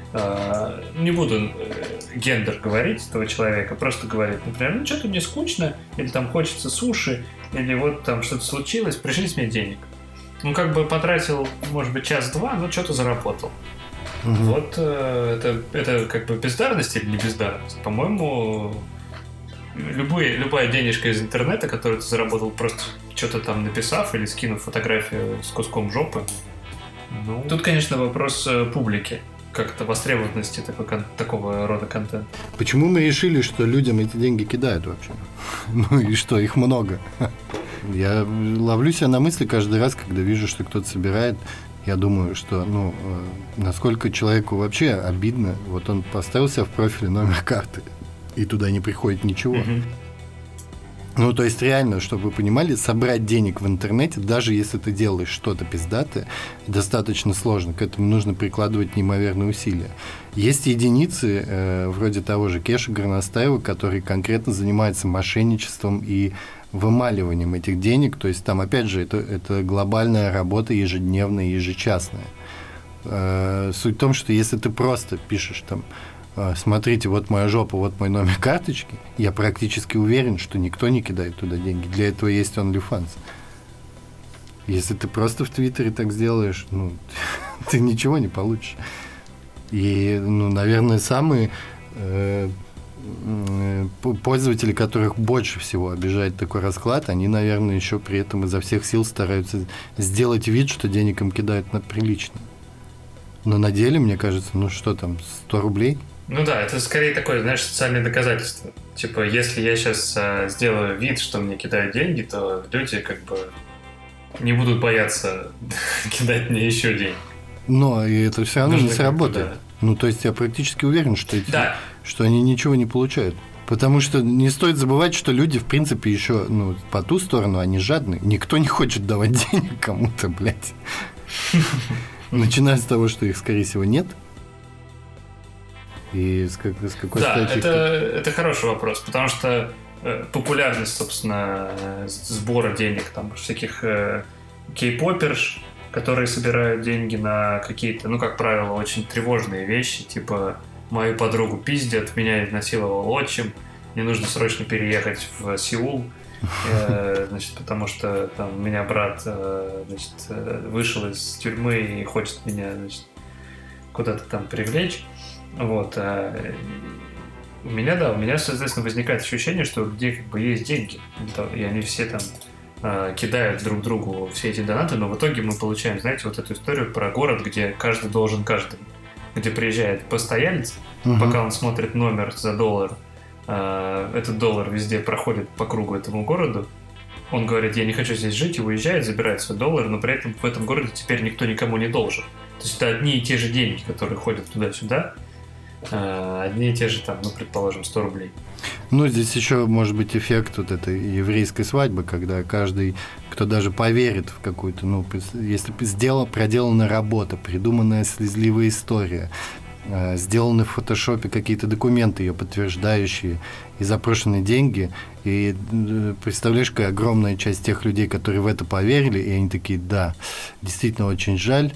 не буду гендер говорить этого человека, просто говорит, например, ну что-то мне скучно, или там хочется суши, или вот там что-то случилось, пришлите мне денег. Ну, как бы потратил, может быть, час-два, но что-то заработал. Угу. Вот э, это, это как бы бездарность или не бездарность? По-моему, любые, любая денежка из интернета, которую ты заработал, просто что-то там написав или скинув фотографию с куском жопы, ну... Тут, конечно, вопрос публики. Как-то востребованности такой, такого рода контента. Почему мы решили, что людям эти деньги кидают вообще? Ну и что, их много. Я ловлю себя на мысли каждый раз, когда вижу, что кто-то собирает. Я думаю, что, ну, насколько человеку вообще обидно. Вот он поставил себя в профиле номер карты, и туда не приходит ничего. Uh-huh. Ну, то есть, реально, чтобы вы понимали, собрать денег в интернете, даже если ты делаешь что-то пиздатое, достаточно сложно. К этому нужно прикладывать неимоверные усилия. Есть единицы, э, вроде того же Кеши Горностаева, которые конкретно занимаются мошенничеством и вымаливанием этих денег. То есть, там, опять же, это, это глобальная работа ежедневная, ежечасная. Э, суть в том, что если ты просто пишешь там: смотрите, вот моя жопа, вот мой номер карточки, я практически уверен, что никто не кидает туда деньги. Для этого есть OnlyFans. Если ты просто в Твиттере так сделаешь, ну, ты ничего не получишь. И, ну, наверное, самые э, э, пользователи, которых больше всего обижает такой расклад, они, наверное, еще при этом изо всех сил стараются сделать вид, что денег им кидают на прилично. Но на деле, мне кажется, ну что там, сто рублей? Ну да, это скорее такое, знаешь, социальное доказательство. Типа, если я сейчас а, сделаю вид, что мне кидают деньги, то люди как бы не будут бояться кидать мне еще денег. Но и это все равно Нужно не сработает. да. Ну, то есть я практически уверен, что, эти, Да. что они ничего не получают. Потому что не стоит забывать, что люди, в принципе, еще ну, по ту сторону, они жадны. Никто не хочет давать денег кому-то, блядь. Начиная с того, что их, скорее всего, нет. И с, как, с какой Да, стати... это, это хороший вопрос, потому что э, популярность, собственно, э, сбора денег, там, всяких э, кей-поперш, которые собирают деньги на какие-то, ну, как правило, очень тревожные вещи, типа мою подругу пиздят, меня изнасиловал отчим, мне нужно срочно переехать в Сеул, э, значит, потому что там у меня брат э, значит, э, вышел из тюрьмы и хочет меня, значит, куда-то там привлечь. Вот. А у меня, да, у меня, соответственно, возникает ощущение, что где как бы есть деньги, и они все там э, кидают друг другу все эти донаты, но в итоге мы получаем, знаете, вот эту историю про город, где каждый должен каждому, где приезжает постоялец, угу. пока он смотрит номер за доллар, э, этот доллар везде проходит по кругу этому городу, он говорит, я не хочу здесь жить, и уезжает, забирает свой доллар, но при этом в этом городе теперь никто никому не должен. То есть это одни и те же деньги, которые ходят туда-сюда, одни и те же, там, ну, предположим, сто рублей. Ну, здесь еще может быть эффект вот этой еврейской свадьбы, когда каждый, кто даже поверит в какую-то, ну, если сделала, проделана работа, придуманная слезливая история, сделаны в фотошопе какие-то документы, ее подтверждающие, и запрошены деньги, и представляешь, какая огромная часть тех людей, которые в это поверили, и они такие, да, действительно очень жаль,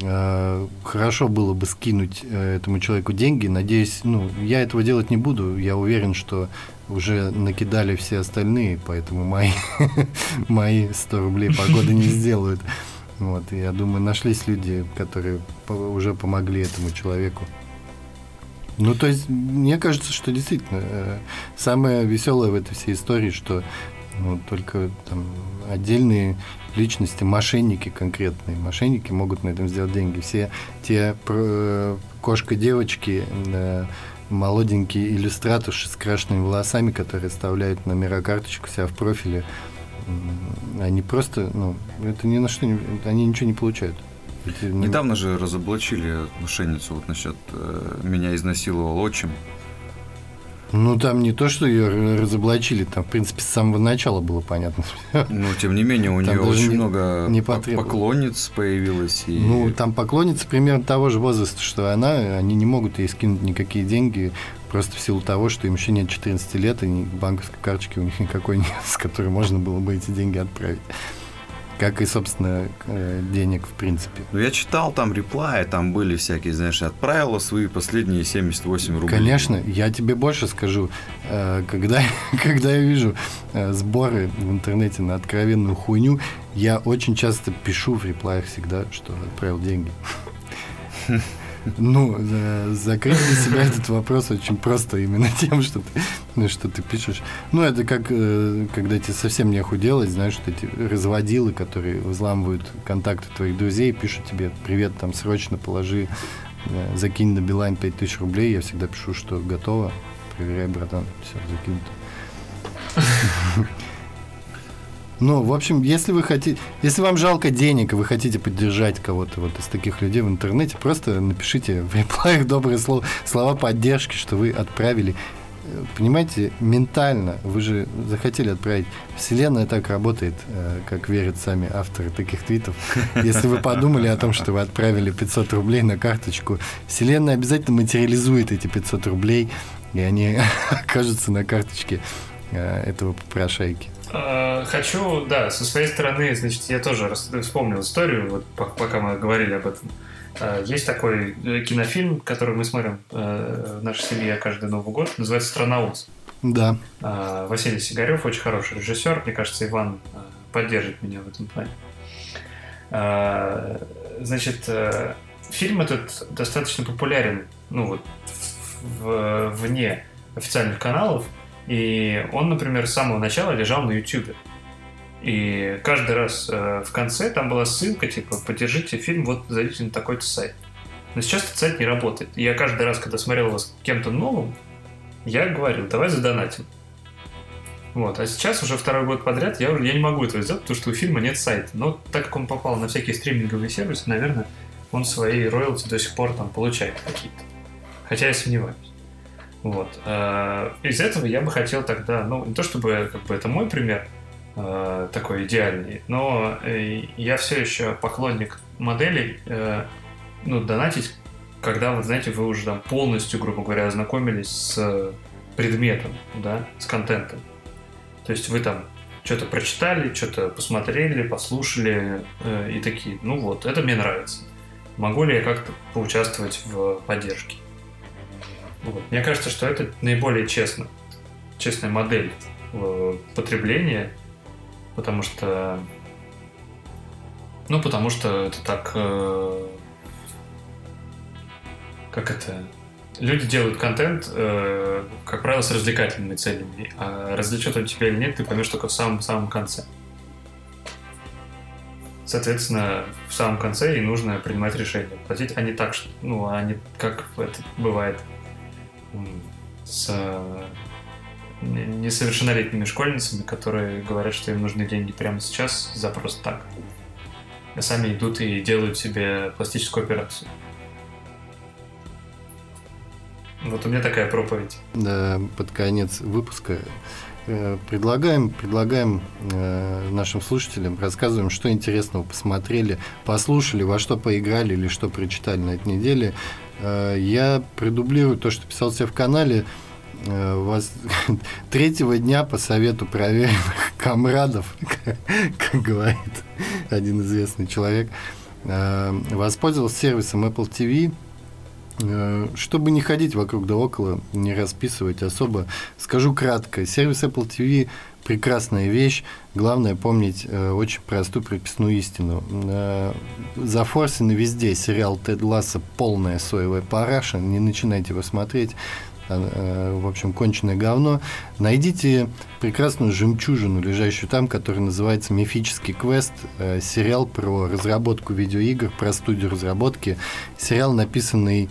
хорошо было бы скинуть этому человеку деньги. Надеюсь, ну, я этого делать не буду. Я уверен, что уже накидали все остальные, поэтому мои, мои сто рублей погоды не сделают. Вот, и я думаю, нашлись люди, которые уже помогли этому человеку. Ну, то есть, мне кажется, что действительно самое веселое в этой всей истории, что ну, только там отдельные личности, мошенники конкретные, мошенники могут на этом сделать деньги. Все те э, кошка-девочки, э, молоденькие иллюстраторши с крашенными волосами, которые оставляют номера карточек у себя в профиле, э, они просто, ну, это ни на что не, они ничего не получают. Эти, Недавно же разоблачили мошенницу вот насчет э, меня изнасиловал отчим. Ну, там не то, что ее разоблачили, там, в принципе, с самого начала было понятно. Ну, тем не менее, у нее очень не, много не поклонниц появилось. И... Ну, там поклонницы примерно того же возраста, что она, они не могут ей скинуть никакие деньги, просто в силу того, что им еще нет четырнадцати лет, и банковской карточки у них никакой нет, с которой можно было бы эти деньги отправить. Как и, собственно, денег в принципе. Ну, я читал там реплаи, там были всякие, знаешь, отправила свои последние семьдесят восемь рублей. Конечно, я тебе больше скажу. Когда, когда я вижу сборы в интернете на откровенную хуйню, я очень часто пишу в реплаях всегда, что отправил деньги. Ну, закрыть для себя этот вопрос очень просто именно тем, что ты, ну, что ты пишешь. Ну, это как, когда тебе совсем не охуделось, знаешь, вот эти разводилы, которые взламывают контакты твоих друзей, пишут тебе, привет, там, срочно положи, закинь на Билайн пять тысяч рублей, я всегда пишу, что готово, проверяй, братан, все, закинуто. Ну, в общем, если вы хотите, если вам жалко денег, и вы хотите поддержать кого-то вот из таких людей в интернете, просто напишите в реплаях добрые слова, слова поддержки, что вы отправили. Понимаете, ментально вы же захотели отправить. Вселенная так работает, как верят сами авторы таких твитов. Если вы подумали о том, что вы отправили пятьсот рублей на карточку, Вселенная обязательно материализует эти пятьсот рублей, и они окажутся на карточке этого попрошайки. Хочу, да, со своей стороны, значит, я тоже вспомнил историю, вот пока мы говорили об этом. Есть такой кинофильм, который мы смотрим в нашей семье каждый Новый год, называется «Страна Оз». Да. Василий Сигарев, очень хороший режиссер, мне кажется, Иван поддержит меня в этом плане. Значит, фильм этот достаточно популярен, ну вот, в, вне официальных каналов. И он, например, с самого начала лежал на Ютубе. И каждый раз э, в конце там была ссылка, типа, поддержите фильм, вот зайдите на такой-то сайт. Но сейчас этот сайт не работает. И я каждый раз, когда смотрел его с кем-то новым, я говорил, давай задонатим. Вот. А сейчас уже второй год подряд я, я не могу этого сделать, потому что у фильма нет сайта. Но так как он попал на всякие стриминговые сервисы, наверное, он свои роялти до сих пор там получает какие-то. Хотя я сомневаюсь. Вот. Из этого я бы хотел тогда, ну, не то чтобы как бы, это мой пример такой идеальный, но я все еще поклонник моделей, ну, донатить, когда, вот, знаете, вы уже там полностью, грубо говоря, ознакомились с предметом, да, с контентом. То есть вы там что-то прочитали, что-то посмотрели, послушали э, и такие, ну вот, это мне нравится. Могу ли я как-то поучаствовать в поддержке? Вот. Мне кажется, что это наиболее честно, честная модель э, потребления, потому что, ну, потому что это так, э, как это, люди делают контент, э, как правило, с развлекательными целями, а развлечет он тебя или нет, ты поймешь только в самом-самом конце. Соответственно, в самом конце и нужно принимать решение, платить, а не так, что, ну, а не как это бывает с несовершеннолетними школьницами, которые говорят, что им нужны деньги прямо сейчас за просто так. А сами идут и делают себе пластическую операцию. Вот у меня такая проповедь. Да, под конец выпуска предлагаем, предлагаем нашим слушателям, рассказываем, что интересного посмотрели, послушали, во что поиграли или что прочитали на этой неделе. Я продублирую то, что писал себе в канале. Вас третьего дня по совету проверенных комрадов, как говорит один известный человек, воспользовался сервисом Apple ти ви. Чтобы не ходить вокруг да около, не расписывать особо, скажу кратко. Сервис Apple ти ви – прекрасная вещь. Главное помнить э, очень простую прописную истину. Э, зафорсены везде сериал Тед Лассо «Полная соевая параша». Не начинайте его смотреть. Э, в общем, конченое говно. Найдите прекрасную жемчужину, лежащую там, которая называется «Мифический квест». Э, сериал про разработку видеоигр, про студию разработки. Сериал, написанный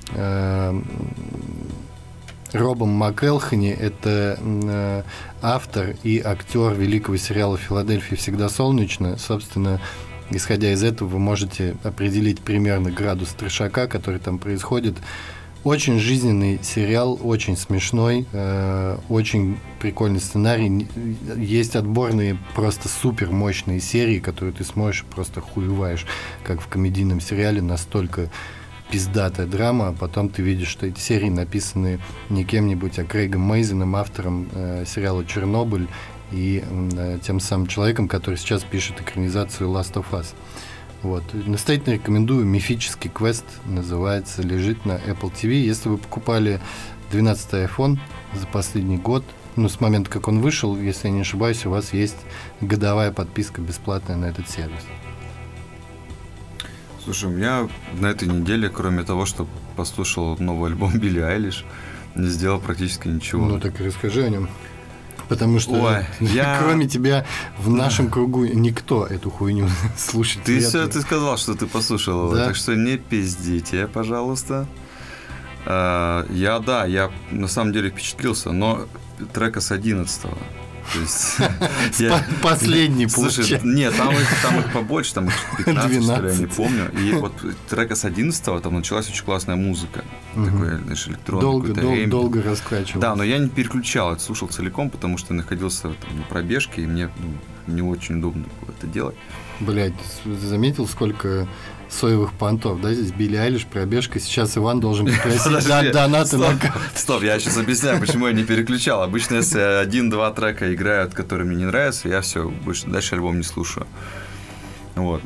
Робом МакЭлхани, это э, автор и актер великого сериала «Филадельфия всегда солнечно». Собственно, исходя из этого, вы можете определить примерно градус трешака, который там происходит. Очень жизненный сериал, очень смешной, э, очень прикольный сценарий. Есть отборные, просто супер мощные серии, которые ты смотришь, просто хуеваешь, как в комедийном сериале, настолько пиздатая драма, а потом ты видишь, что эти серии написаны не кем-нибудь, а Крейгом Мейзеном, автором э, сериала «Чернобыль», и э, тем самым человеком, который сейчас пишет экранизацию Last of Us. Вот. Настоятельно рекомендую. «Мифический квест» называется, лежит на Apple ти ви. Если вы покупали двенадцатый iPhone за последний год, ну, с момента, как он вышел, если я не ошибаюсь, у вас есть годовая подписка бесплатная на этот сервис. Слушай, у меня на этой неделе, кроме того, что послушал новый альбом Билли Айлиш, не сделал практически ничего. Ну, так и расскажи о нем. Потому что Ой, я... кроме тебя в нашем кругу никто эту хуйню слушает. Ты все, ты сказал, что ты послушал его, да? Так что не пиздите, пожалуйста. А, я, да, я на самом деле впечатлился, но трека с одиннадцатого. То есть, я, последний, слушай, получается. Нет, там их, там их побольше, там их пятнадцать, что ли, я не помню. И вот трека с одиннадцатого там началась очень классная музыка. Угу. Такой, знаешь, электронный долго, какой-то дол- ремень. Долго раскачивал. Да, но я не переключал, это слушал целиком, потому что находился там, на пробежке, и мне ну, не очень удобно было это делать. Блядь, ты заметил, сколько соевых понтов, да, здесь Билли Айлиш, пробежка, сейчас Иван должен попросить донаты на карту. Стоп, я сейчас объясняю, почему я не переключал. Обычно, если один-два трека играют, которые мне не нравятся, я все, больше дальше альбом не слушаю. Вот.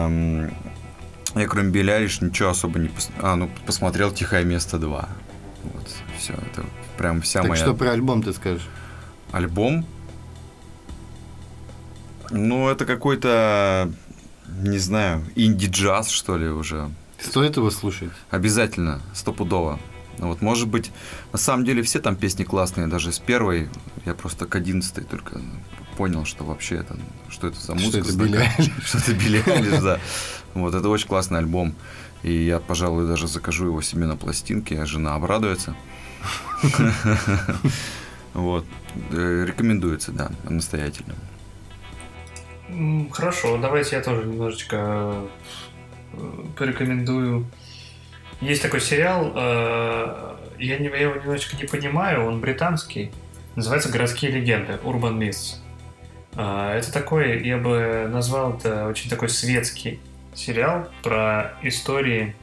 Я кроме Билли Айлиш ничего особо не посмотрел. А, ну, посмотрел «Тихое место два». Вот, все, это прям вся так моя... Так что про альбом ты скажешь? Альбом? Ну, это какой-то... Не знаю, инди-джаз, что ли, уже. Стоит его слушать? Обязательно, стопудово. Вот, может быть, на самом деле все там песни классные, даже с первой, я просто к одиннадцатой только понял, что вообще это, что это за музыка. Что это Билли Айлиш. Что это Билли Айлиш, да. Вот, это очень классный альбом. И я, пожалуй, даже закажу его себе на пластинке, а жена обрадуется. Вот. Рекомендуется, да, настоятельно. Хорошо, давайте я тоже немножечко порекомендую. Есть такой сериал, я его немножечко не понимаю, он британский, называется «Городские легенды», Urban Myths. Это такой, я бы назвал это очень такой светский сериал про истории.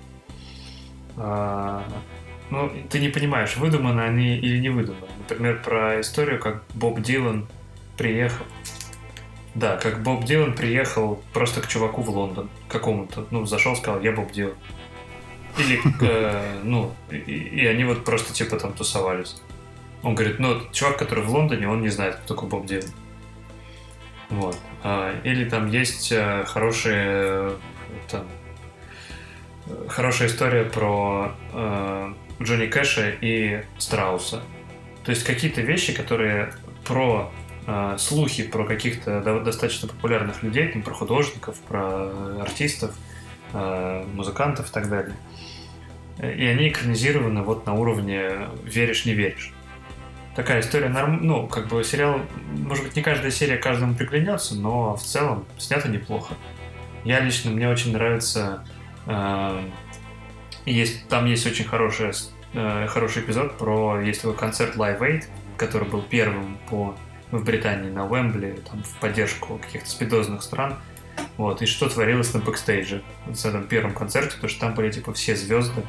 Ну, ты не понимаешь, выдуманы они или не выдуманы. Например, про историю, как Боб Дилан приехал. Да, как Боб Дилан приехал просто к чуваку в Лондон, какому-то. Ну, зашел, сказал, я Боб Дилан. Или, э, ну, и, и они вот просто типа там тусовались. Он говорит, ну, чувак, который в Лондоне, он не знает, кто такой Боб Дилан. Вот. Или там есть хорошие, там, хорошая история про э, Джонни Кэша и Страуса. То есть какие-то вещи, которые про э, слухи про каких-то до, достаточно популярных людей, там, про художников, про артистов, э, музыкантов и так далее. И они экранизированы вот на уровне веришь-не веришь. Такая история, ну, как бы сериал, может быть, не каждая серия каждому приглянется, но в целом снято неплохо. Я лично, мне очень нравится, э, есть, там есть очень хороший, э, хороший эпизод про, есть такой концерт Live Aid, который был первым по, в Британии на Уэмбли, там, в поддержку каких-то спидозных стран. Вот, и что творилось на бэкстейдже в этом первом концерте, потому что там были, типа, все звезды.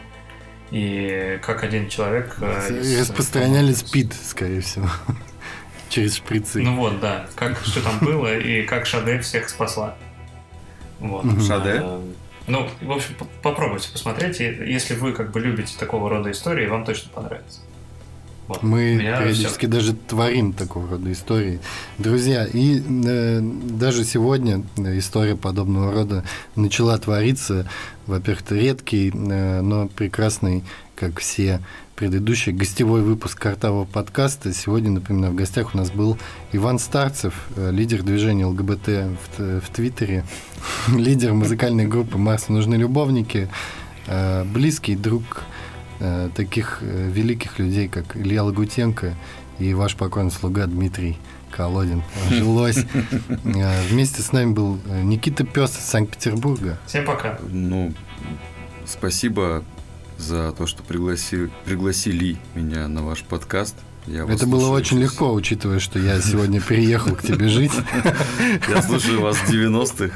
И как один человек... И распространяли спид, скорее всего, через шприцы. Ну вот, да. Как, что там было, и как Шаде всех спасла. Вот. Шаде? Ну, в общем, попробуйте посмотреть. Если вы как бы любите такого рода истории, вам точно понравится. Вот. Мы периодически все. даже творим такого рода истории. Друзья, и э, даже сегодня история подобного рода начала твориться. Во-первых, это редкий, э, но прекрасный, как все предыдущие, гостевой выпуск «Картавого подкаста». Сегодня, например, в гостях у нас был Иван Старцев, э, лидер движения ЛГБТ в, в Твиттере, лидер музыкальной группы «Марсу нужны любовники», э, близкий друг таких великих людей, как Илья Лагутенко и ваш покойный слуга Дмитрий Колодин. Жилось. Вместе с нами был Никита Пёс из Санкт-Петербурга. Всем пока. Ну, спасибо за то, что пригласили, пригласили меня на ваш подкаст. Я Это было очень сейчас. легко, учитывая, что я сегодня переехал к тебе жить. Я слушаю вас в девяностых.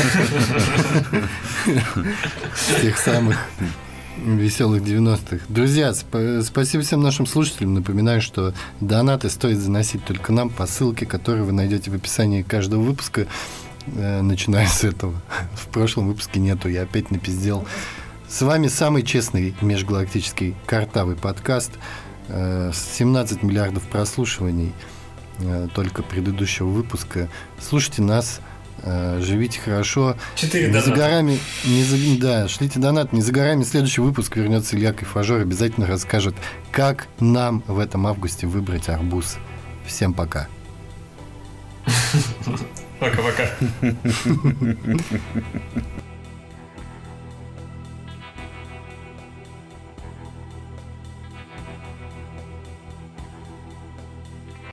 Тех самых веселых девяностых. Друзья, сп- спасибо всем нашим слушателям. Напоминаю, что донаты стоит заносить только нам по ссылке, которую вы найдете в описании каждого выпуска, э, начиная с этого. В прошлом выпуске нету, я опять напиздел. С вами самый честный межгалактический картавый подкаст. Э, семнадцать миллиардов прослушиваний э, только предыдущего выпуска. Слушайте нас. Живите хорошо. Четыре не за горами, не за, да, шлите донат. Не за горами следующий выпуск вернется Илья Кайфажор. Обязательно расскажет, как нам в этом августе выбрать арбуз. Всем пока. Пока-пока.